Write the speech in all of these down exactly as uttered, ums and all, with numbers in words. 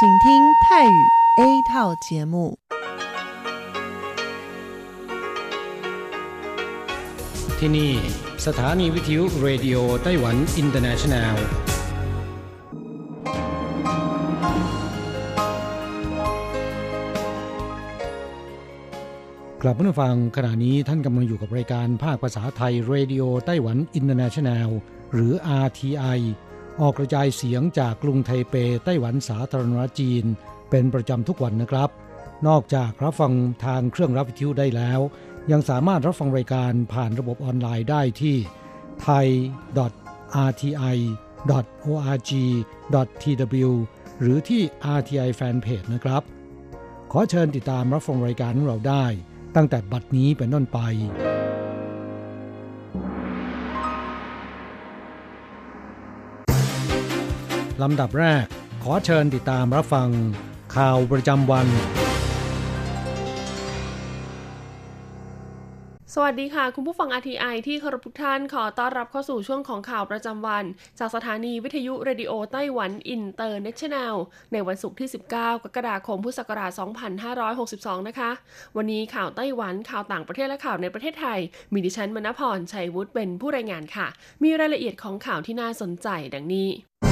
听泰语 A 套节目。 ที่นี่สถานีวิทยุเรดิโอไต้หวันอินเตอร์เนชั่นแนลกลับมาฟังขณะนี้ท่านกำลังอยู่กับรายการภาคภาษาไทยเรดิโอไต้หวันอินเตอร์เนชั่นแนลหรือ อาร์ ที ไอ ออกกระจายเสียงจากกรุงไทเปไต้หวันสาธารณรัฐจีนเป็นประจำทุกวันนะครับนอกจากรับฟังทางเครื่องรับวิทยุได้แล้วยังสามารถรับฟังรายการผ่านระบบออนไลน์ได้ที่ ไทย ดอท อาร์ ที ไอ ดอท โอ อาร์ จี ดอท ที ดับเบิลยู หรือที่ อาร์ ที ไอ Fanpage นะครับขอเชิญติดตามรับฟังรายการของเราได้ตั้งแต่บัดนี้เป็นต้นไปลำดับแรกขอเชิญติดตามรับฟังข่าวประจำวันสวัสดีค่ะคุณผู้ฟัง อาร์ ที ไอ ที่เคารพทุกท่านขอต้อนรับเข้าสู่ช่วงของข่าวประจำวันจากสถานีวิทยุเรดิโอไต้หวันอินเตอร์เนชั่นแนลในวันศุกร์ที่สิบเก้ากรกฎาคมพุทธศักราชสองพันห้าร้อยหกสิบสองนะคะวันนี้ข่าวไต้หวันข่าวต่างประเทศและข่าวในประเทศไทยมีดิฉันมณพรชัยวุฒิเป็นผู้รายงานค่ะมีรายละเอียดของข่าวที่น่าสนใจดังนี้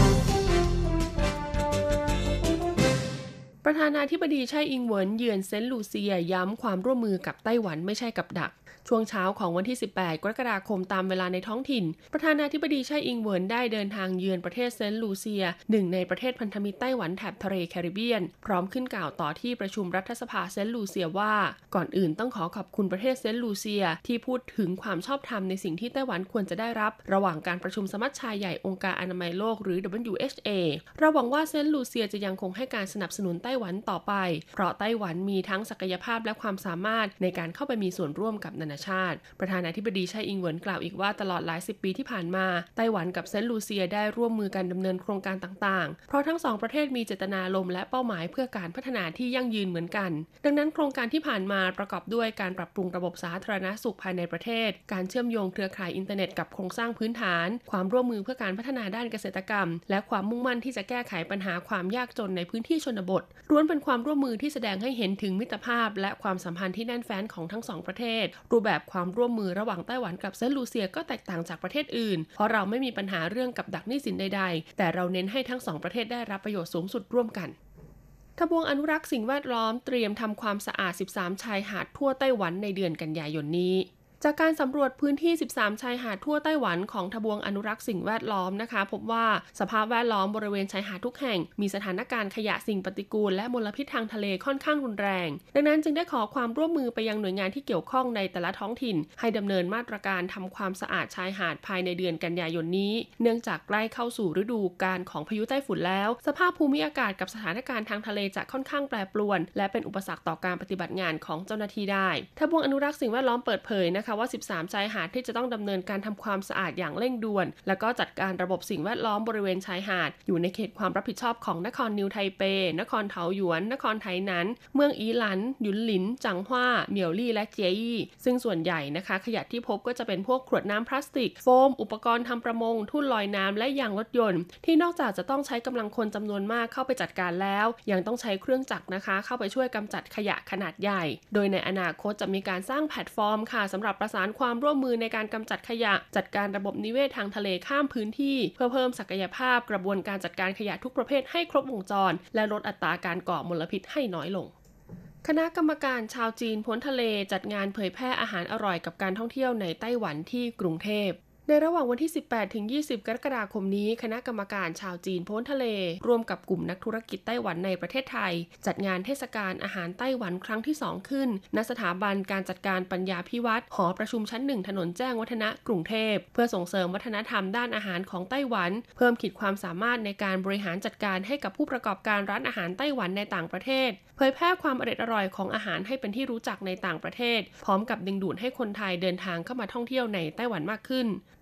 ประธานาธิบดีไช่อิงเหวินเยือนเซนต์ลูเซียย้ำความร่วมมือกับไต้หวันไม่ใช่กับดักช่วงเช้าของวันที่สิบแปดกรกฎาคมตามเวลาในท้องถิ่นประธานาธิบดีไช่อิงเหวินได้เดินทางเยือนประเทศเซนต์ลูเซียหนึ่งในประเทศพันธมิตรไต้หวันแถบทะเลแคริบเบียนพร้อมขึ้นกล่าวต่อที่ประชุมรัฐสภาเซนต์ลูเซียว่าก่อนอื่นต้องขอขอบคุณประเทศเซนต์ลูเซียที่พูดถึงความชอบธรรมในสิ่งที่ไต้หวันควรจะได้รับระหว่างการประชุมสมัชชาใหญ่องค์การอนามัยโลกหรือ ดับเบิลยู เอช เอ เราหวังว่าเซนต์ลูเซียจะยังคงให้การสนับสนุนไต้หวันต่อไปเพราะไต้หวันมีทั้งศักยภาพและความสามารถในการเข้าไปมีส่วนร่วมกับนานาชาติประธานาธิบดีไช่อิงเหวินกล่าวอีกว่าตลอดหลายสิบปีที่ผ่านมาไต้หวันกับเซนต์ลูเซียได้ร่วมมือกันดำเนินโครงการต่างๆเพราะทั้งสองประเทศมีเจตนารมณ์และเป้าหมายเพื่อการพัฒนาที่ยั่งยืนเหมือนกันดังนั้นโครงการที่ผ่านมาประกอบด้วยการปรับปรุงระบบสาธารณสุขภายในประเทศการเชื่อมโยงเครือข่ายอินเทอร์เน็ตกับโครงสร้างพื้นฐานความร่วมมือเพื่อการพัฒนาด้านเกษตรกรรมและความมุ่งมั่นที่จะแก้ไขปัญหาความยากจนในพื้นที่ชนบทล้วนเป็นความร่วมมือที่แสดงให้เห็นถึงมิตรภาพและความสัมพันธ์ที่แน่นแฟ้นของทั้งสองประเทศรูปแบบความร่วมมือระหว่างไต้หวันกับเซนต์ลูเซียก็แตกต่างจากประเทศอื่นเพราะเราไม่มีปัญหาเรื่องกับดักหนี้สินใดๆแต่เราเน้นให้ทั้งสองประเทศได้รับประโยชน์สูงสุดร่วมกันทบวงอนุรักษ์สิ่งแวดล้อมเตรียมทำความสะอาดสิบสามชายหาดทั่วไต้หวันในเดือนกันยายนนี้จากการสำรวจพื้นที่สิบสามชายหาดทั่วไต้หวันของทบวงอนุรักษ์สิ่งแวดล้อมนะคะพบว่าสภาพแวดล้อมบริเวณชายหาดทุกแห่งมีสถานการณ์ขยะสิ่งปฏิกูลและมลพิษทางทะเลค่อนข้างรุนแรงดังนั้นจึงได้ขอความร่วมมือไปยังหน่วยงานที่เกี่ยวข้องในแต่ละท้องถิ่นให้ดำเนินมาตรการทำความสะอาดชายหาดภายในเดือนกันยายนนี้เนื่องจากใกล้เข้าสู่ฤดูกาลของพายุไต้ฝุ่นแล้วสภาพภูมิอากาศกับสถานการณ์ทางทะเลจะค่อนข้างแปรปรวนและเป็นอุปสรรคต่อการปฏิบัติงานของเจ้าหน้าที่ได้ทบวงอนุรักษ์สิ่งแวดล้อมเปิดเผยนะคะว่าสิบสามชายหาดที่จะต้องดำเนินการทำความสะอาดอย่างเร่งด่วนและก็จัดการระบบสิ่งแวดล้อมบริเวณชายหาดอยู่ในเขตความรับผิดชอบของนครนิวไทเปนครเถาหยวนนครไถหนานเมืองอีหลันหยุนหลินจังหว้าเหมี่ยวลี่และเจียี่ซึ่งส่วนใหญ่นะคะขยะที่พบก็จะเป็นพวกขวดน้ำพลาสติกโฟมอุปกรณ์ทำประมงทุ่นลอยน้ำและยางรถยนต์ที่นอกจากจะต้องใช้กำลังคนจำนวนมากเข้าไปจัดการแล้วยังต้องใช้เครื่องจักรนะคะเข้าไปช่วยกำจัดขยะขนาดใหญ่โดยในอนาคตจะมีการสร้างแพลตฟอร์มค่ะสำหรับประสานความร่วมมือในการกำจัดขยะจัดการระบบนิเวศทางทะเลข้ามพื้นที่เพื่อเพิ่มศักยภาพกระบวนการจัดการขยะทุกประเภทให้ครบวงจรและลดอัตราการก่อมลพิษให้น้อยลงคณะกรรมการชาวจีนพ้นทะเลจัดงานเผยแพร่อาหารอร่อยกับการท่องเที่ยวในไต้หวันที่กรุงเทพในระหว่างวันที่สิบแปดถึงยี่สิบกรกฎาคมนี้คณะกรรมการชาวจีนพ้นทะเลร่วมกับกลุ่มนักธุรกิจไต้หวันในประเทศไทยจัดงานเทศกาลอาหารไต้หวันครั้งที่สองขึ้นณสถาบันการจัดการปัญญาภิวัตรหอประชุมชั้นหนึ่งถนนแจ้งวัฒนะกรุงเทพเพื่อส่งเสริมวัฒนธรรมด้านอาหารของไต้หวันเพิ่มขีดความสามารถในการบริหารจัดการให้กับผู้ประกอบการร้านอาหารไต้หวันในต่างประเทศเผยแพร่ความอร่อยอร่อยของอาหารให้เป็นที่รู้จักในต่างประเทศพร้อมกับดึงดูดให้คนไทยเดินทางเข้ามาท่องเที่ยวในไต้หวันมากขึ้นโด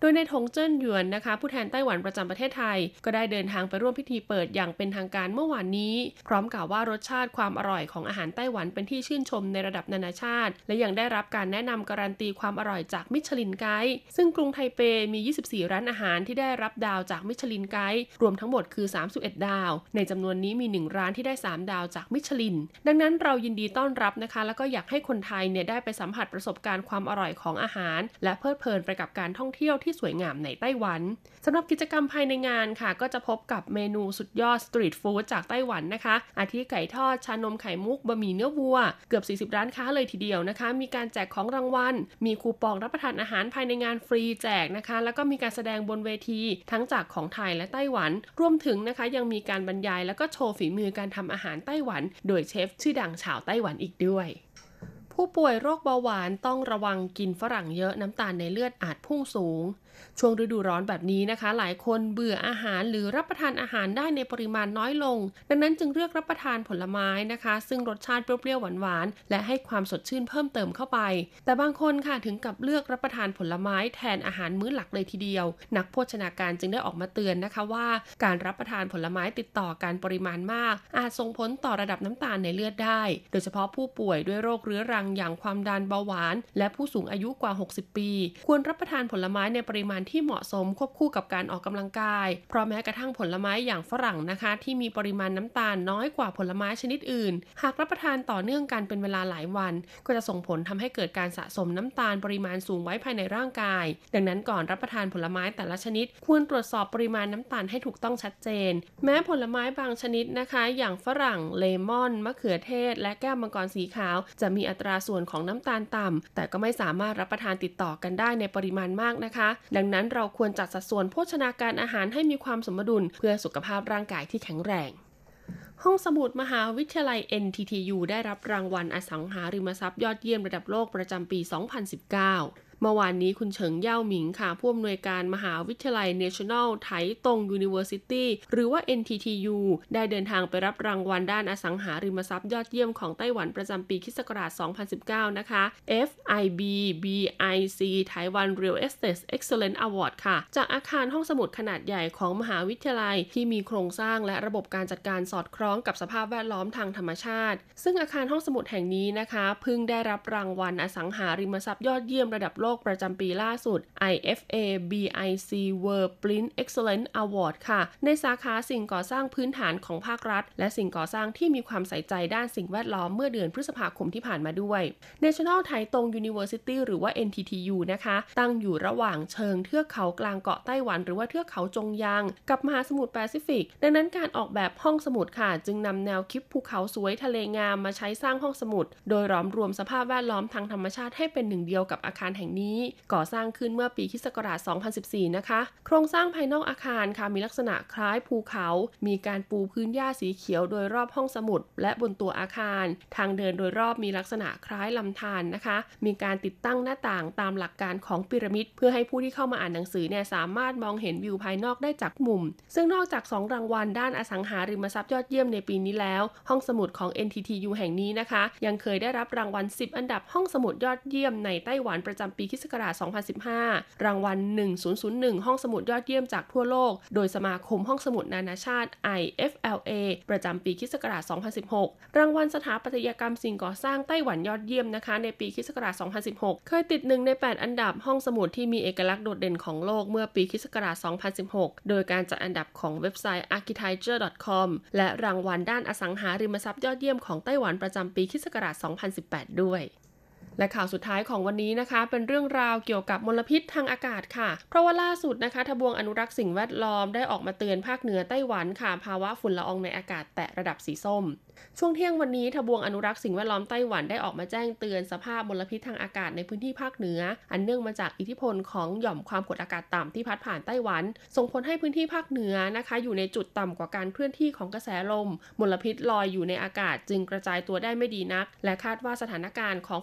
ดยในถงเจิ้นหยวนนะคะผู้แทนไต้หวันประจำประเทศไทยก็ได้เดินทางไปร่วมพิธีเปิดอย่างเป็นทางการเมื่อวานนี้พร้อมกล่าวว่ารสชาติความอร่อยของอาหารไต้หวันเป็นที่ชื่นชมในระดับนานาชาติและยังได้รับการแนะนำการันตีความอร่อยจากมิชลินไกด์ซึ่งกรุงไทเปมียี่สิบสี่ร้านอาหารที่ได้รับดาวจากมิชลินไกด์รวมทั้งหมดคือสามสิบเอ็ดดาวในจำนวนนี้มีหนึ่งร้านที่ได้สามดาวจากมิชลินดังนั้นเรายินดีต้อนรับนะคะแล้วก็อยากให้คนไทยเนี่ยได้ไปสัมผัสประสบการณ์ความอร่อยของอาหารและเพลิดเพลินไปกับการท่องเที่ยวที่สวยงามในไต้หวันสำหรับกิจกรรมภายในงานค่ะก็จะพบกับเมนูสุดยอดสตรีทฟู้ดจากไต้หวันนะคะอาทิไก่ทอดชานมไข่มุกบะหมี่เนื้อวัวเกือบสี่สิบร้านค้าเลยทีเดียวนะคะมีการแจกของรางวัลมีคูปองรับประทานอาหารภายในงานฟรีแจกนะคะแล้วก็มีการแสดงบนเวทีทั้งจากของไทยและไต้หวันรวมถึงนะคะยังมีการบรรยายแล้วก็โชว์ฝีมือการทำอาหารไต้หวันโดยเชฟชื่อดังชาวไต้หวันอีกด้วยผู้ป่วยโรคเบาหวานต้องระวังกินฝรั่งเยอะน้ำตาลในเลือดอาจพุ่งสูงช่วงฤดูร้อนแบบนี้นะคะหลายคนเบื่ออาหารหรือรับประทานอาหารได้ในปริมาณน้อยลงดังนั้นจึงเลือกรับประทานผลไม้นะคะซึ่งรสชาติเปรี้ยวๆหวานๆและให้ความสดชื่นเพิ่มเติมเข้าไปแต่บางคนค่ะถึงกับเลือกรับประทานผลไม้แทนอาหารมื้อหลักเลยทีเดียวนักโภชนาการจึงได้ออกมาเตือนนะคะว่าการรับประทานผลไม้ติดต่อกันปริมาณมากอาจส่งผลต่อระดับน้ำตาลในเลือดได้โดยเฉพาะผู้ป่วยด้วยโรคเรื้อรังอย่างความดันเบาหวานและผู้สูงอายุกว่าหกสิบปีควรรับประทานผลไม้ในปริมาณที่เหมาะสมควบคู่กับการออกกำลังกายเพราะแม้กระทั่งผลไม้อย่างฝรั่งนะคะที่มีปริมาณน้ำตาลน้อยกว่าผลไม้ชนิดอื่นหากรับประทานต่อเนื่องกันเป็นเวลาหลายวันก็จะส่งผลทำให้เกิดการสะสมน้ำตาลปริมาณสูงไว้ภายในร่างกายดังนั้นก่อนรับประทานผลไม้แต่ละชนิดควรตรวจสอบปริมาณน้ำตาลให้ถูกต้องชัดเจนแม้ผลไม้บางชนิดนะคะอย่างฝรั่งเลมอนมะเขือเทศและแก้วมังกรสีขาวจะมีอัตราส่วนของน้ำตาลต่ำแต่ก็ไม่สามารถรับประทานติดต่อกันได้ในปริมาณมากนะคะดังนั้นเราควรจัดสัดส่วนโภชนาการอาหารให้มีความสมดุลเพื่อสุขภาพร่างกายที่แข็งแรงห้องสมุดมหาวิทยาลัย เอ็น ที ที ยู ได้รับรางวัลอสังหาริมทรัพย์ยอดเยี่ยมระดับโลกประจำปี สองพันสิบเก้าเมื่อวานนี้คุณเฉิงเย่าหมิงค่ะผู้อำนวยการมหาวิทยาลัย National ไถตง University หรือว่า เอ็น ที ที ยู ได้เดินทางไปรับรางวัลด้านอสังหาริมทรัพย์ยอดเยี่ยมของไต้หวันประจำปีค.ศ. สองพันสิบเก้านะคะ เอฟ ไอ บี บี ไอ ซี Taiwan Real Estate Excellence Award ค่ะจากอาคารห้องสมุดขนาดใหญ่ของมหาวิทยาลัยที่มีโครงสร้างและระบบการจัดการสอดคล้องกับสภาพแวดล้อมทางธรรมชาติซึ่งอาคารห้องสมุดแห่งนี้นะคะเพิ่งได้รับรางวัลอสังหาริมทรัพย์ยอดเยี่ยมระดับโลกประจำปีล่าสุด ไอ เอฟ เอ บี ไอ ซี World Print Excellence Award ค่ะในสาขาสิ่งก่อสร้างพื้นฐานของภาครัฐและสิ่งก่อสร้างที่มีความใส่ใจด้านสิ่งแวดล้อมเมื่อเดือนพฤษภาคมที่ผ่านมาด้วย National ไถตง University หรือว่า เอ็น ที ที ยู นะคะตั้งอยู่ระหว่างเชิงเทือกเขากลางเกาะไต้หวันหรือว่าเทือกเขาจงยางกับมหาสมุทรแปซิฟิกดังนั้นการออกแบบห้องสมุดค่ะจึงนำแนวคิดภูเขาสวยทะเลงามมาใช้สร้างห้องสมุดโดยล้อมรวมสภาพแวดล้อมทางธรรมชาติให้เป็นหนึ่งเดียวกับอาคารแห่งนี้ก่อสร้างขึ้นเมื่อปีค.ศ. สองพันสิบสี่นะคะโครงสร้างภายนอกอาคารค่ะมีลักษณะคล้ายภูเขามีการปูพื้นหญ้าสีเขียวโดยรอบห้องสมุดและบนตัวอาคารทางเดินโดยรอบมีลักษณะคล้ายลำธารนะคะมีการติดตั้งหน้าต่างตามหลักการของพีระมิดเพื่อให้ผู้ที่เข้ามาอ่านหนังสือเนี่ยสามารถมองเห็นวิวภายนอกได้จากมุมซึ่งนอกจากสองรางวัลด้านอสังหาริมทรัพย์ยอดเยี่ยมในปีนี้แล้วห้องสมุดของ เอ็น ที ที ยู แห่งนี้นะคะยังเคยได้รับรางวัลสิบอันดับห้องสมุดยอดเยี่ยมในไต้หวันประจำปีค.ศ. สองพันสิบห้ารางวัลหนึ่งพันหนึ่งห้องสมุดยอดเยี่ยมจากทั่วโลกโดยสมาคมห้องสมุดนานาชาติ ไอ เอฟ แอล เอ ประจำปีค.ศ. สองพันสิบหกรางวัลสถาปัตยกรรมสิ่งก่อสร้างไต้หวันยอดเยี่ยมนะคะในปีค.ศ. สองพันสิบหกเคยติดหนึ่งในแปดอันดับห้องสมุดที่มีเอกลักษณ์โดดเด่นของโลกเมื่อปีค.ศ. สองพันสิบหกโดยการจัดอันดับของเว็บไซต์ อาร์คิไทเจอร์ ดอท คอม และรางวัลด้านอสังหาริมทรัพย์ยอดเยี่ยมของไต้หวันประจำปีค.ศ. สองพันสิบแปดด้วยและข่าวสุดท้ายของวันนี้นะคะเป็นเรื่องราวเกี่ยวกับมลพิษทางอากาศค่ะเพราะว่าล่าสุดนะคะทบวงอนุรักษ์สิ่งแวดล้อมได้ออกมาเตือนภาคเหนือไต้หวันค่ะภาวะฝุ่นละอองในอากาศแตะระดับสีส้มช่วงเที่ยงวันนี้ทบวงอนุรักษ์สิ่งแวดล้อมไต้หวันได้ออกมาแจ้งเตือนสภาพมลพิษทางอากาศในพื้นที่ภาคเหนืออันเนื่องมาจากอิทธิพลของหย่อมความกดอากาศต่ำที่พัดผ่านไต้หวันส่งผลให้พื้นที่ภาคเหนือนะคะอยู่ในจุดต่ำกว่าการเคลื่อนที่ของกระแสลมมลพิษลอยอยู่ในอากาศจึงกระจายตัวได้ไม่ดีนักและคาดว่าสถานการณ์ของฝุ่นละออง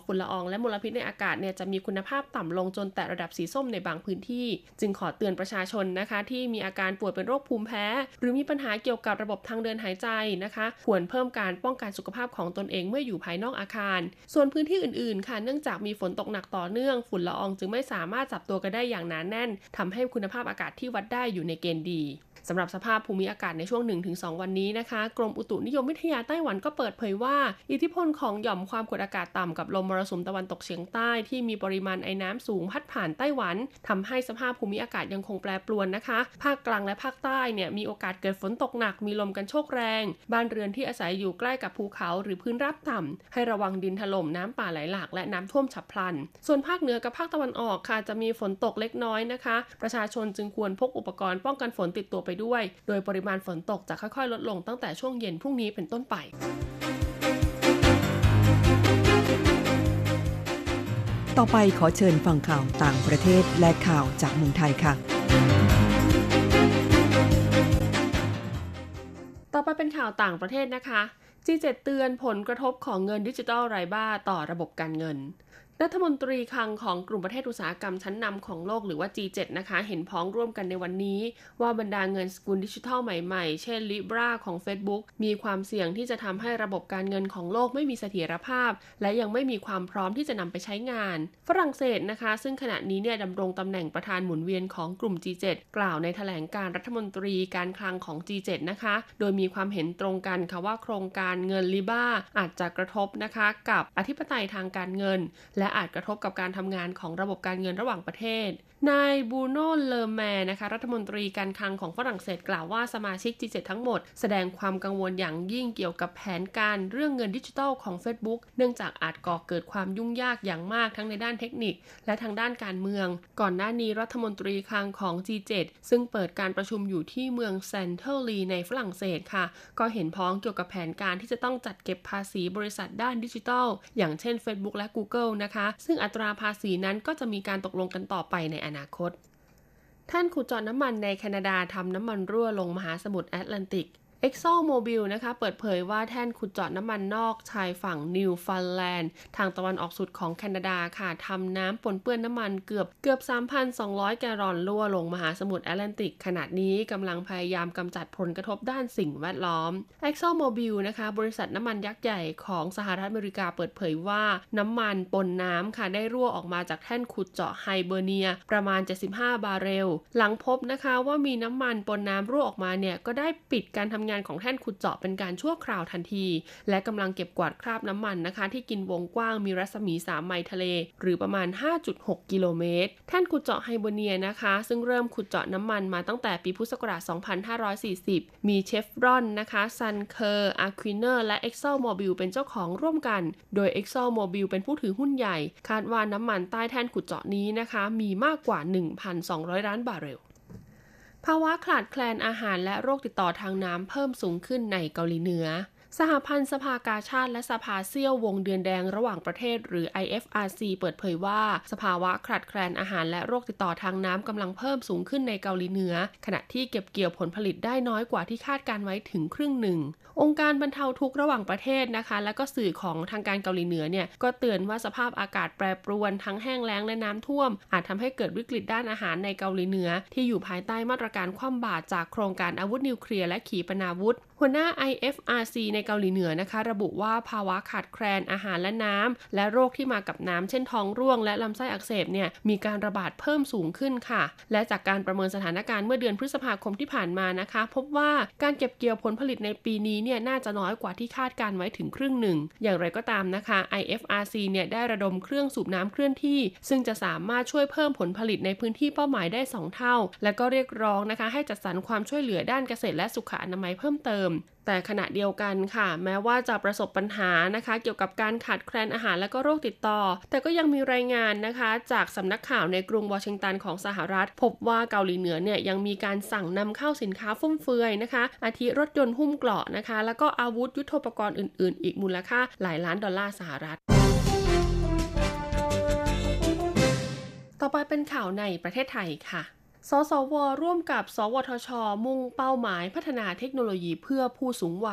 องและมลพิษในอากาศเนี่ยจะมีคุณภาพต่ำลงจนแตะระดับสีส้มในบางพื้นที่จึงขอเตือนประชาชนนะคะที่มีอาการป่วยเป็นโรคภูมิแพ้หรือมีปัญหาเกี่ยวกับระบบทางเดินหายใจนะคะควรเพิ่มการป้องกันสุขภาพของตนเองเมื่ออยู่ภายนอกอาคารส่วนพื้นที่อื่นๆค่ะเนื่องจากมีฝนตกหนักต่อเนื่องฝุ่นละอองจึงไม่สามารถจับตัวกันได้อย่างหนาแน่นทำให้คุณภาพอากาศที่วัดได้อยู่ในเกณฑ์ดีสำหรับสภาพภูมิอากาศในช่วง หนึ่งถึงสอง วันนี้นะคะกรมอุตุนิยมวิทยาไต้หวันก็เปิดเผยว่าอิทธิพลของหย่อมความกดอากาศต่ำกับลมมรสุมตะวันตกเฉียงใต้ที่มีปริมาณไอน้ำสูงพัดผ่านไต้หวันทำให้สภาพภูมิอากาศยังคงแปรปรวนนะคะภาคกลางและภาคใต้เนี่ยมีโอกาสเกิดฝนตกหนักมีลมกันโชกแรงบ้านเรือนที่อาศัยอยู่ใกล้กับภูเขาหรือพื้นราบต่ำให้ระวังดินถล่มน้ำป่าไหลหลากและน้ำท่วมฉับพลันส่วนภาคเหนือกับภาคตะวันออกค่ะจะมีฝนตกเล็กน้อยนะคะประชาชนจึงควรพกอุปกรณ์ป้องกันฝนติดตัวไปด้วยโดยปริมาณฝนตกจะค่อยๆลดลงตั้งแต่ช่วงเย็นพรุ่งนี้เป็นต้นไปต่อไปขอเชิญฟังข่าวต่างประเทศและข่าวจากเมืองไทยค่ะต่อไปเป็นข่าวต่างประเทศนะคะ จี เจ็ด เตือนผลกระทบของเงินดิจิทัลไร้บ้าต่อระบบการเงินรัฐมนตรีคลังของกลุ่มประเทศอุตสาหกรรมชั้นนำของโลกหรือว่า จี เจ็ด นะคะเห็นพ้องร่วมกันในวันนี้ว่าบรรดาเงินสกุลดิจิทัลใหม่ๆเช่น Libra ของ Facebook มีความเสี่ยงที่จะทำให้ระบบการเงินของโลกไม่มีเสถียรภาพและยังไม่มีความพร้อมที่จะนำไปใช้งานฝรั่งเศสนะคะซึ่งขณะนี้เนี่ยดำรงตำแหน่งประธานหมุนเวียนของกลุ่ม จี เจ็ด กล่าวในแถลงการรัฐมนตรีการคลังของ จี เจ็ด นะคะโดยมีความเห็นตรงกันค่ะว่าโครงการเงิน Libra อาจจะกระทบนะคะกับอธิปไตยทางการเงินและอาจกระทบกับการทำงานของระบบการเงินระหว่างประเทศนายบรูโน่เลอแมร์นะคะรัฐมนตรีการคลังของฝรั่งเศสกล่าวว่าสมาชิก จี เจ็ด ทั้งหมดแสดงความกังวลอย่างยิ่งเกี่ยวกับแผนการเรื่องเงินดิจิทัลของ Facebook เนื่องจากอาจก่อเกิดความยุ่งยากอย่างมากทั้งในด้านเทคนิคและทางด้านการเมืองก่อนหน้านี้รัฐมนตรีคลังของ จี เจ็ด ซึ่งเปิดการประชุมอยู่ที่เมืองเซนเทอร์ลีในฝรั่งเศสค่ะก็เห็นพ้องเกี่ยวกับแผนการที่จะต้องจัดเก็บภาษีบริษัทด้านดิจิทัลอย่างเช่น Facebook และ Google นะคะซึ่งอัตราภาษีนั้นก็จะมีการตกลงกันต่อไปในอนาคตแท่นขุดเจาะน้ำมันในแคนาดาทำน้ำมันรั่วลงมหาสมุทรแอตแลนติกExxonMobil นะคะเปิดเผยว่าแท่นขุดเจาะน้ำมันนอกชายฝั่งนิวฟันแลนด์ทางตะวันออกสุดของแคนาดาค่ะทำน้ำปนเปื้อนน้ำมันเกือบเกือบ สามพันสองร้อย แกลลอนรั่วลงมหาสมุทรแอตแลนติกขณะนี้กำลังพยายามกำจัดผลกระทบด้านสิ่งแวดล้อม ExxonMobil นะคะบริษัทน้ำมันยักษ์ใหญ่ของสหรัฐอเมริกาเปิดเผยว่าน้ำมันปนน้ำค่ะได้รั่วออกมาจากแท่นขุดเจาะไฮเบอร์เนียประมาณเจ็ดสิบห้าบาร์เรลหลังพบนะคะว่ามีน้ำมันปนน้ำรั่วออกมาเนี่ยก็ได้ปิดการทำงานของแท่นขุดเจาะเป็นการชั่วคราวทันทีและกำลังเก็บกวาดคราบน้ำมันนะคะที่กินวงกว้างมีรัศมีสามไมล์ทะเลหรือประมาณ ห้าจุดหก กิโลเมตรแท่นขุดเจาะไฮเบอร์เนียนะคะซึ่งเริ่มขุดเจาะน้ำมันมาตั้งแต่ปีพุทธศักราชสองพันห้าร้อยสี่สิบมีเชฟรอนนะคะซันเคอร์อาร์ควินเนอร์และ ExxonMobil เป็นเจ้าของร่วมกันโดย ExxonMobil เป็นผู้ถือหุ้นใหญ่คาดว่าน้ำมันใต้แท่นขุดเจาะนี้นะคะมีมากกว่า หนึ่งพันสองร้อย ล้านบาร์เรลภาวะขาดแคลนอาหารและโรคติดต่อทางน้ำเพิ่มสูงขึ้นในเกาหลีเหนือสหพันธ์สภากาชาดและสภาเซี่ยววงเดือนแดงระหว่างประเทศหรือ ไอ เอฟ อาร์ ซี เปิดเผยว่าสภาวะขาดแคลนอาหารและโรคติดต่อทางน้ำกำลังเพิ่มสูงขึ้นในเกาหลีเหนือขณะที่เก็บเกี่ยวผลผลิตได้น้อยกว่าที่คาดการไว้ถึงครึ่งหนึ่งองค์การบรรเทาทุกข์ระหว่างประเทศนะคะและก็สื่อของทางการเกาหลีเหนือเนี่ยก็เตือนว่าสภาพอากาศแปรปรวนทั้งแห้งแล้งและน้ำท่วมอาจทำให้เกิดวิกฤตด้านอาหารในเกาหลีเหนือที่อยู่ภายใต้มาตรการคว่ำบาตรจากโครงการอาวุธนิวเคลียร์และขีปนาวุธหัวหน้า ไอ เอฟ อาร์ ซี ในเกาหลีเหนือนะคะระบุว่าภาวะขาดแคลนอาหารและน้ำและโรคที่มากับน้ำเช่นท้องร่วงและลำไส้อักเสบเนี่ยมีการระบาดเพิ่มสูงขึ้นค่ะและจากการประเมินสถานการณ์เมื่อเดือนพฤษภาคมที่ผ่านมานะคะพบว่าการเก็บเกี่ยวผลผลิตในปีนี้เนี่ยน่าจะน้อยกว่าที่คาดการไว้ถึงครึ่งหนึ่งอย่างไรก็ตามนะคะ ไอ เอฟ อาร์ ซี เนี่ยได้ระดมเครื่องสูบน้ำเคลื่อนที่ซึ่งจะสามารถช่วยเพิ่มผลผลิตในพื้นที่เป้าหมายได้สองเท่าและก็เรียกร้องนะคะให้จัดสรรความช่วยเหลือด้านเกษตรและสุขอนามัยเพิ่มเติมแต่ขณะเดียวกันค่ะแม้ว่าจะประสบปัญหานะคะเกี่ยวกับการขาดแคลนอาหารและก็โรคติดต่อแต่ก็ยังมีรายงานนะคะจากสำนักข่าวในกรุงวอชิงตันของสหรัฐพบว่าเกาหลีเหนือเนี่ยยังมีการสั่งนำเข้าสินค้าฟุ่มเฟือยนะคะอาทิรถยนต์หุ้มเกราะนะคะแล้วก็อาวุธยุทโธปกรณ์อื่นๆอีกมูลค่าหลายล้านดอลลาร์สหรัฐต่อไปเป็นข่าวในประเทศไทยค่ะสสวร่วมกับสวทช.มุ่งเป้าหมายพัฒนาเทคโนโลยีเพื่อผู้สูงวัย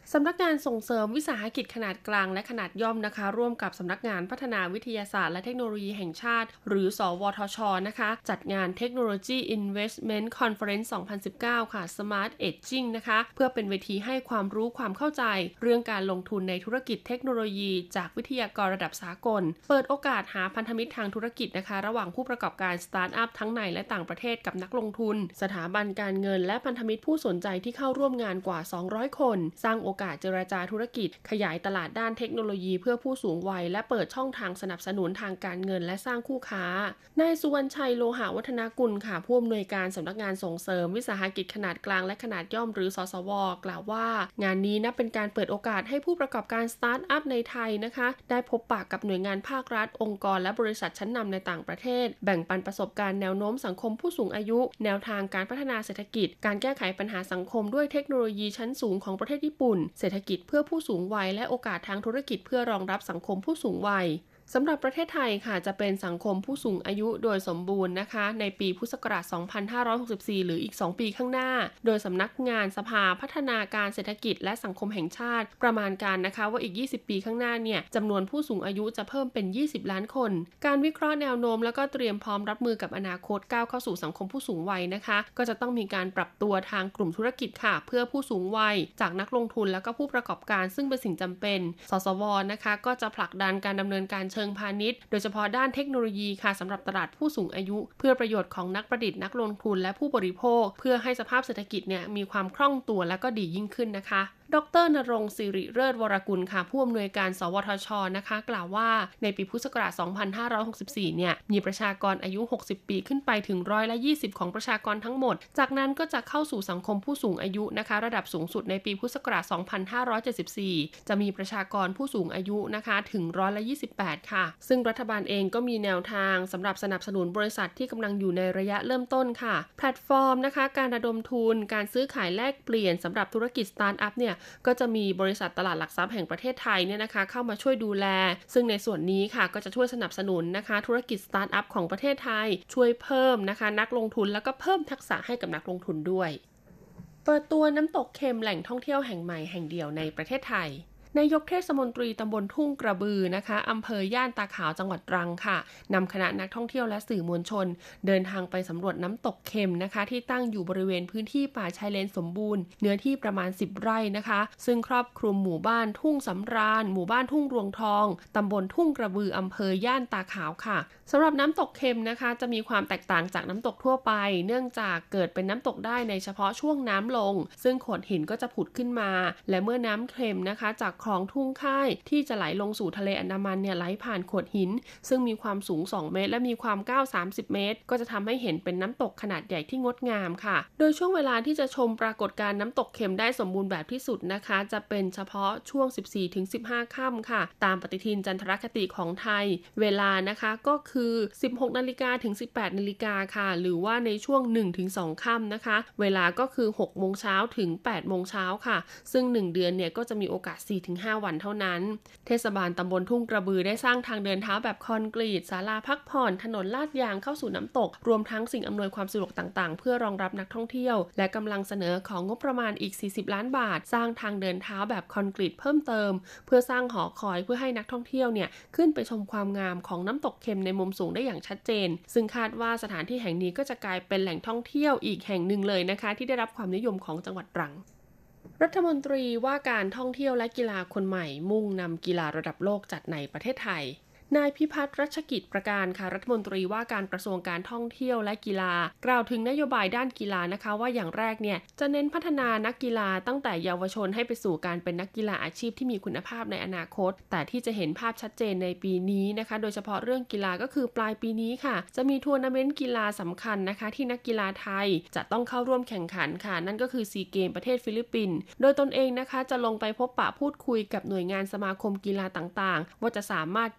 สำนักงานส่งเสริมวิสาหกิจขนาดกลางและขนาดย่อมนะคะร่วมกับสำนักงานพัฒนาวิทยาศาสตร์และเทคโนโลยีแห่งชาติหรือสวทช.นะคะจัดงาน Technology Investment Conference สองพันสิบเก้า ค่ะ Smart Aging นะคะเพื่อเป็นเวทีให้ความรู้ความเข้าใจเรื่องการลงทุนในธุรกิจเทคโนโลยีจากวิทยากรระดับสากลเปิดโอกาสหาพันธมิตรทางธุรกิจนะคะระหว่างผู้ประกอบการสตาร์ทอัพทั้งในและต่างประเทศกับนักลงทุนสถาบันการเงินและพันธมิตรผู้สนใจที่เข้าร่วมงานกว่าสองร้อยคนสร้างโอกาสเจรจาธุรกิจขยายตลาดด้านเทคโนโลยีเพื่อผู้สูงวัยและเปิดช่องทางสนับสนุนทางการเงินและสร้างคู่ค้านายสุวรรณชัยโลหะวัฒนกุลค่ะผู้อำนวยการสำนักงานส่งเสริมวิสาหกิจขนาดกลางและขนาดย่อมหรือสสวกล่าวว่างานนี้นับเป็นการเปิดโอกาสให้ผู้ประกอบการสตาร์ทอัพในไทยนะคะได้พบปะกับหน่วยงานภาครัฐองค์กรและบริษัทชั้นนำในต่างประเทศแบ่งปันประสบการณ์แนวโน้มสังคมผู้สูงอายุแนวทางการพัฒนาเศรษฐกิจการแก้ไขปัญหาสังคมด้วยเทคโนโลยีชั้นสูงของประเทศญี่ปุ่นเศรษฐกิจเพื่อผู้สูงวัยและโอกาสทางธุรกิจเพื่อรองรับสังคมผู้สูงวัยสำหรับประเทศไทยค่ะจะเป็นสังคมผู้สูงอายุโดยสมบูรณ์นะคะในปีพุทธศักราชสองพันห้าร้อยหกสิบสี่หรืออีกสองปีข้างหน้าโดยสำนักงานสภาพัฒนาการเศรษฐกิจและสังคมแห่งชาติประมาณการนะคะว่าอีกยี่สิบปีข้างหน้าเนี่ยจำนวนผู้สูงอายุจะเพิ่มเป็นยี่สิบล้านคนการวิเคราะห์แนวโน้มแล้วก็เตรียมพร้อมรับมือกับอนาคตก้าวเข้าสู่สังคมผู้สูงวัยนะคะก็จะต้องมีการปรับตัวทางกลุ่มธุรกิจค่ะเพื่อผู้สูงวัยจากนักลงทุนแล้วก็ผู้ประกอบการซึ่งเป็นสิ่งจำเป็นสสวนะคะก็จะผลักดันการดำเนินการเชิงพาณิชย์โดยเฉพาะด้านเทคโนโลยีค่ะสำหรับตลาดผู้สูงอายุเพื่อประโยชน์ของนักประดิษฐ์นักลงทุนและผู้บริโภคเพื่อให้สภาพเศรษฐกิจเนี่ยมีความคล่องตัวและก็ดียิ่งขึ้นนะคะดร.ณรงค์ศิริเลิศวรกุลค่ะผู้อำนวยการสวทช.นะคะกล่าวว่าในปีพุทธศักราชสองพันห้าร้อยหกสิบสี่เนี่ยมีประชากรอายุหกสิบปีขึ้นไปถึงร้อยละยี่สิบของประชากรทั้งหมดจากนั้นก็จะเข้าสู่สังคมผู้สูงอายุนะคะระดับสูงสุดในปีพุทธศักราชสองพันห้าร้อยเจ็ดสิบสี่จะมีประชากรผู้สูงอายุนะคะถึงร้อยละยี่สิบแปดค่ะซึ่งรัฐบาลเองก็มีแนวทางสำหรับสนับสนุนบริษัทที่กำลังอยู่ในระยะเริ่มต้นค่ะแพลตฟอร์มนะคะการระดมทุนการซื้อขายแลกเปลี่ยนสำหรับธุรกิจสตาร์ทอัพเนี่ยก็จะมีบริษัทตลาดหลักทรัพย์แห่งประเทศไทยเนี่ยนะคะเข้ามาช่วยดูแลซึ่งในส่วนนี้ค่ะก็จะช่วยสนับสนุนนะคะธุรกิจสตาร์ทอัพของประเทศไทยช่วยเพิ่มนะคะนักลงทุนแล้วก็เพิ่มทักษะให้กับนักลงทุนด้วยเปิดตัวน้ำตกเค็มแหล่งท่องเที่ยวแห่งใหม่แห่งเดียวในประเทศไทยนายกเทศมนตรีตำบลทุ่งกระบือนะคะอำเภอย่านตาขาวจังหวัดตรังค่ะนำคณะนักท่องเที่ยวและสื่อมวลชนเดินทางไปสำรวจน้ำตกเค็มนะคะที่ตั้งอยู่บริเวณพื้นที่ป่าชายเลนสมบูรณ์เนื้อที่ประมาณสิบไร่นะคะซึ่งครอบคลุมหมู่บ้านทุ่งสำราญหมู่บ้านทุ่งรวงทองตำบลทุ่งกระบืออำเภอย่านตาขาวค่ะสำหรับน้ำตกเค็มนะคะจะมีความแตกต่างจากน้ำตกทั่วไปเนื่องจากเกิดเป็นน้ำตกได้ในเฉพาะช่วงน้ำลงซึ่งโขดหินก็จะผุดขึ้นมาและเมื่อน้ำเค็มนะคะจากคลองทุ่งค่ายที่จะไหลลงสู่ทะเลอันดามันเนี่ยไหลผ่านโขดหินซึ่งมีความสูงสองเมตรและมีความกว้างสามสิบเมตรก็จะทำให้เห็นเป็นน้ำตกขนาดใหญ่ที่งดงามค่ะโดยช่วงเวลาที่จะชมปรากฏการณ์น้ำตกเค็มได้สมบูรณ์แบบที่สุดนะคะจะเป็นเฉพาะช่วง สิบสี่ถึงสิบห้า ค่ำค่ะตามปฏิทินจันทรคติของไทยเวลานะคะก็คือ สิบหกนาฬิกา ถึง สิบแปดนาฬิกาค่ะหรือว่าในช่วง หนึ่งถึงสอง ค่ำนะคะเวลาก็คือ หกโมงเช้าถึง แปดโมงเช้าค่ะซึ่งหนึ่งเดือนเนี่ยก็จะมีโอกาส สี่ถึงห้า วันเท่านั้นเทศบาลตำบลทุ่งกระบือได้สร้างทางเดินเท้าแบบคอนกรีตศาลาพักผ่อนถนนลาดยางเข้าสู่น้ำตกรวมทั้งสิ่งอำนวยความสะดวกต่างๆเพื่อรองรับนักท่องเที่ยวและกำลังเสนอของงบประมาณอีกสี่สิบล้านบาทสร้างทางเดินเท้าแบบคอนกรีตเพิ่มเติมเพื่อสร้างหอคอยเพื่อให้นักท่องเที่ยวเนี่ยขึ้นไปชมความงามของน้ำตกเค็มในมุมสูงได้อย่างชัดเจนซึ่งคาดว่าสถานที่แห่งนี้ก็จะกลายเป็นแหล่งท่องเที่ยวอีกแห่งหนึ่งเลยนะคะที่ได้รับความนิยมของจังหวัดตรังรัฐมนตรีว่าการท่องเที่ยวและกีฬาคนใหม่มุ่งนำกีฬาระดับโลกจัดในประเทศไทยนายพิพัฒน์รัชกิจประการค่ะรัฐมนตรีว่าการกระทรวงการท่องเที่ยวและกีฬากล่าวถึงนโยบายด้านกีฬานะคะว่าอย่างแรกเนี่ยจะเน้นพัฒนานักกีฬาตั้งแต่เยาวชนให้ไปสู่การเป็นนักกีฬาอาชีพที่มีคุณภาพในอนาคตแต่ที่จะเห็นภาพชัดเจนในปีนี้นะคะโดยเฉพาะเรื่องกีฬาก็คือปลายปีนี้ค่ะจะมีทัวร์นาเมนต์กีฬาสำคัญนะคะที่นักกีฬาไทยจะต้องเข้าร่วมแข่งขันค่ะนั่นก็คือซีเกมประเทศฟิลิปปินส์โดยตนเองนะคะจะลงไปพบปะพูดคุยกับหน่วยงานสมาคมกีฬาต่างๆว่าจะสามารถยกระดับ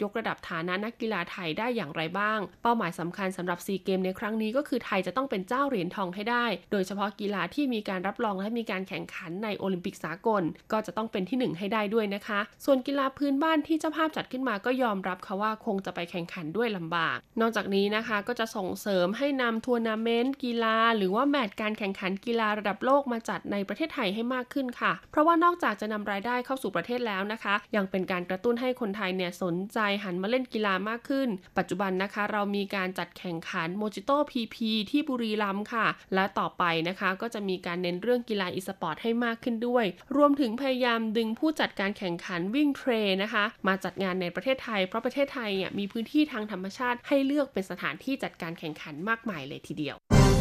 ฐานะนักกีฬาไทยได้อย่างไรบ้างเป้าหมายสำคัญสำหรับซีเกมในครั้งนี้ก็คือไทยจะต้องเป็นเจ้าเหรียญทองให้ได้โดยเฉพาะกีฬาที่มีการรับรองและมีการแข่งขันในโอลิมปิกสากลก็จะต้องเป็นที่หนึ่งให้ได้ด้วยนะคะส่วนกีฬาพื้นบ้านที่เจ้าภาพจัดขึ้นมาก็ยอมรับค่ะว่าคงจะไปแข่งขันด้วยลำบากนอกจากนี้นะคะก็จะส่งเสริมให้นำทัวร์นาเมนต์กีฬาหรือว่าแมตช์การแข่งขันกีฬาระดับโลกมาจัดในประเทศไทยให้มากขึ้นค่ะเพราะว่านอกจากจะนำรายได้เข้าสู่ประเทศแล้วนะคะยังเป็นการกระตุ้นให้คนไทยเนี่ยสนใจหันมาเล่นกีฬามากขึ้นปัจจุบันนะคะเรามีการจัดแข่งขันโมจิโต้ พี พี ที่บุรีรัมย์ค่ะและต่อไปนะคะก็จะมีการเน้นเรื่องกีฬาอีสปอร์ตให้มากขึ้นด้วยรวมถึงพยายามดึงผู้จัดการแข่งขันวิ่งเทรลนะคะมาจัดงานในประเทศไทยเพราะประเทศไทยเนี่ยมีพื้นที่ทางธรรมชาติให้เลือกเป็นสถานที่จัดการแข่งขันมากมายเลยทีเดียว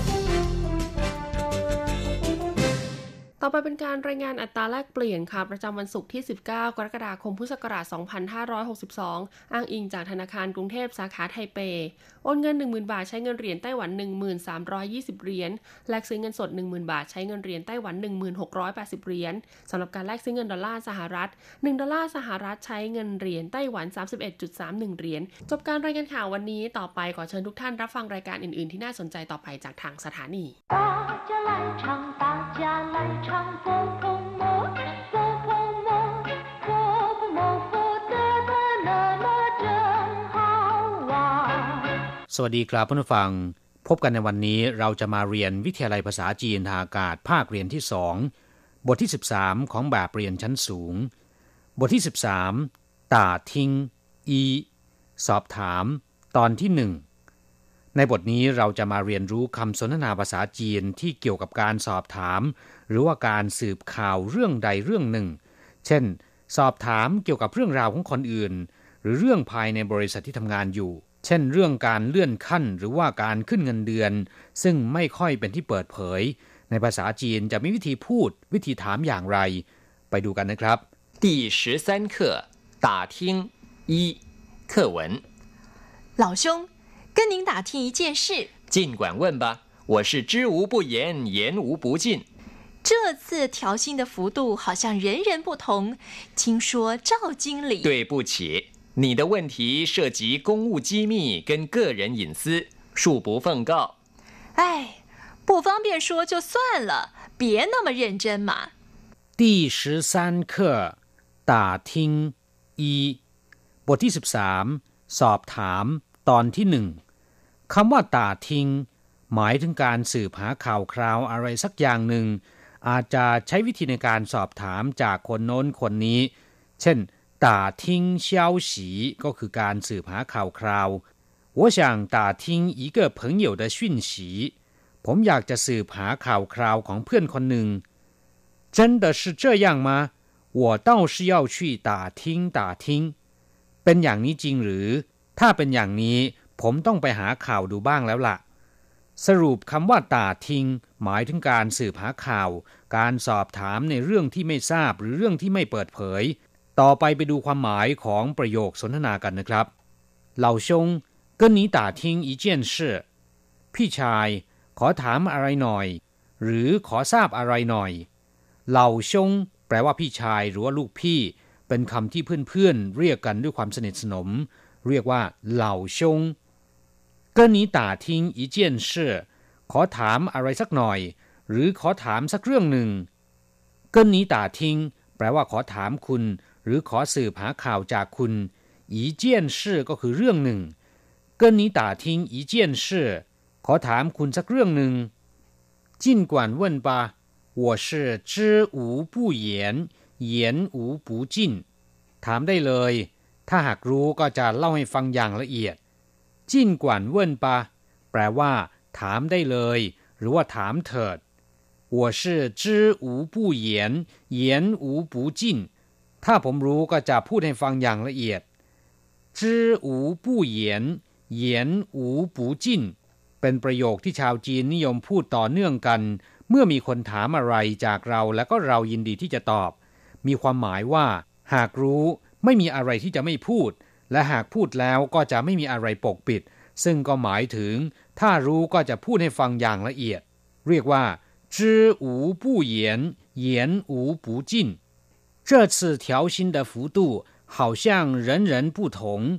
ต่อไปเป็นการรายงานอัตราแลกเปลี่ยนค่ะประจำวันศุกร์ที่สิบเก้ากรกฎาคมพุทธศักราชสองพันห้าร้อยหกสิบสองอ้างอิงจากธนาคารกรุงเทพสาขาไทเปโอนเงิน หนึ่งหมื่น บาทใช้เงินเหรียญไต้หวัน หนึ่งพันสามร้อยยี่สิบ เหรียญแลกซื้อเงินสด หนึ่งหมื่น บาทใช้เงินเหรียญไต้หวัน หนึ่งพันหกร้อยแปดสิบ เหรียญสำหรับการแลกซื้อเงินดอลลาร์สหรัฐหนึ่งดอลลาร์สหรัฐใช้เงินเหรียญไต้หวัน สามสิบเอ็ดจุดสามหนึ่ง เหรียญจบการรายงานข่าววันนี้ต่อไปขอเชิญทุกท่านรับฟังรายการอื่นๆที่น่าสนใจต่อไปจากทางสถานีสวัสดีครับผู้ฟังพบกันในวันนี้เราจะมาเรียนวิทยาลัยภาษาจีนทางอากาศภาคเรียนที่สองบทที่สิบสามของแบบเรียนชั้นสูงบทที่สิบสามต่าทิ้งอีสอบถามตอนที่หนึ่งในบทนี้เราจะมาเรียนรู้คำสนทนาภาษาจีนที่เกี่ยวกับการสอบถามหรือว่าการสืบข่าวเรื่องใดเรื่องหนึ่งเช่นสอบถามเกี่ยวกับเรื่องราวของคนอื่นหรือเรื่องภายในบริษัทที่ทำงานอยู่เช่นเรื่องการเลื่อนขั้นหรือว่าการขึ้นเงินเดือนซึ่งไม่ค่อยเป็นที่เปิดเผยในภาษาจีนจะมีวิธีพูดวิธีถามอย่างไรไปดูกันนะครับ第十三课打听一课文老兄跟您打听一件事尽管问吧我是知无不言言无不尽这次调薪的幅度好像人人不同听说赵经理对不起你的问题涉及公务机密跟个人隐私恕不奉告哎不方便说就算了别那么认真嘛第十三课打听一บทที่สิบสามสอบถามตอนที่หนึ่งคำว่าต่าทิงหมายถึงการสืบหาข่าวคราวอะไรสักอย่างหนึ่งอาจจะใช้วิธีในการสอบถามจากคนโน้นคนนี้เช่นต่าทิงเช่าฉีก็คือการสืบหาข่าวคราว我想打听一个朋友的讯息ผมอยากจะสืบหาข่าวคราวของเพื่อนคนหนึ่ง真的是这样吗我倒是要去打听打听เป็นอย่างนี้จริงหรือถ้าเป็นอย่างนี้ผมต้องไปหาข่าวดูบ้างแล้วล่ะสรุปคำว่าต่าทิงหมายถึงการสืบหาข่าวการสอบถามในเรื่องที่ไม่ทราบหรือเรื่องที่ไม่เปิดเผยต่อไปไปดูความหมายของประโยคสนทนากันนะครับเหล่าชง跟你打听一件事พี่ชายขอถามอะไรหน่อยหรือขอทราบอะไรหน่อยเหล่าชงแปลว่าพี่ชายหรือว่าลูกพี่เป็นคำที่เพื่อนๆเรียกกันด้วยความสนิทสนมเรียกว่าเหล่าชง跟你打听一件事ขอถามอะไรสักหน่อยหรือขอถามสักเรื่องหนึ่ง跟你打听แปลว่าขอถามคุณหรือขอสืบหาข่าวจากคุณ一件事ก็คือเรื่องหนึ่ง跟你打听一件事ขอถามคุณสักเรื่องหนึ่ง尽管问吧我是知无不言言无不尽ถามได้เลยถ้าหากรู้ก็จะเล่าให้ฟังอย่างละเอียด尽管问吧แปลว่าถามได้เลยหรือว่าถามเถิด我是知无不言言无不尽ถ้าผมรู้ก็จะพูดให้ฟังอย่างละเอียด知无不言言无不尽เป็นประโยคที่ชาวจีนนิยมพูดต่อเนื่องกันเมื่อมีคนถามอะไรจากเราแล้วก็เรายินดีที่จะตอบมีความหมายว่าหากรู้ไม่มีอะไรที่จะไม่พูดและหากพูดแล้วก็จะไม่มีอะไรปกปิดซึ่งก็หมายถึงถ้ารู้ก็จะพูดให้ฟังอย่างละเอียดเรียกว่า知无不言言无不尽这次调薪的幅度好像人人不同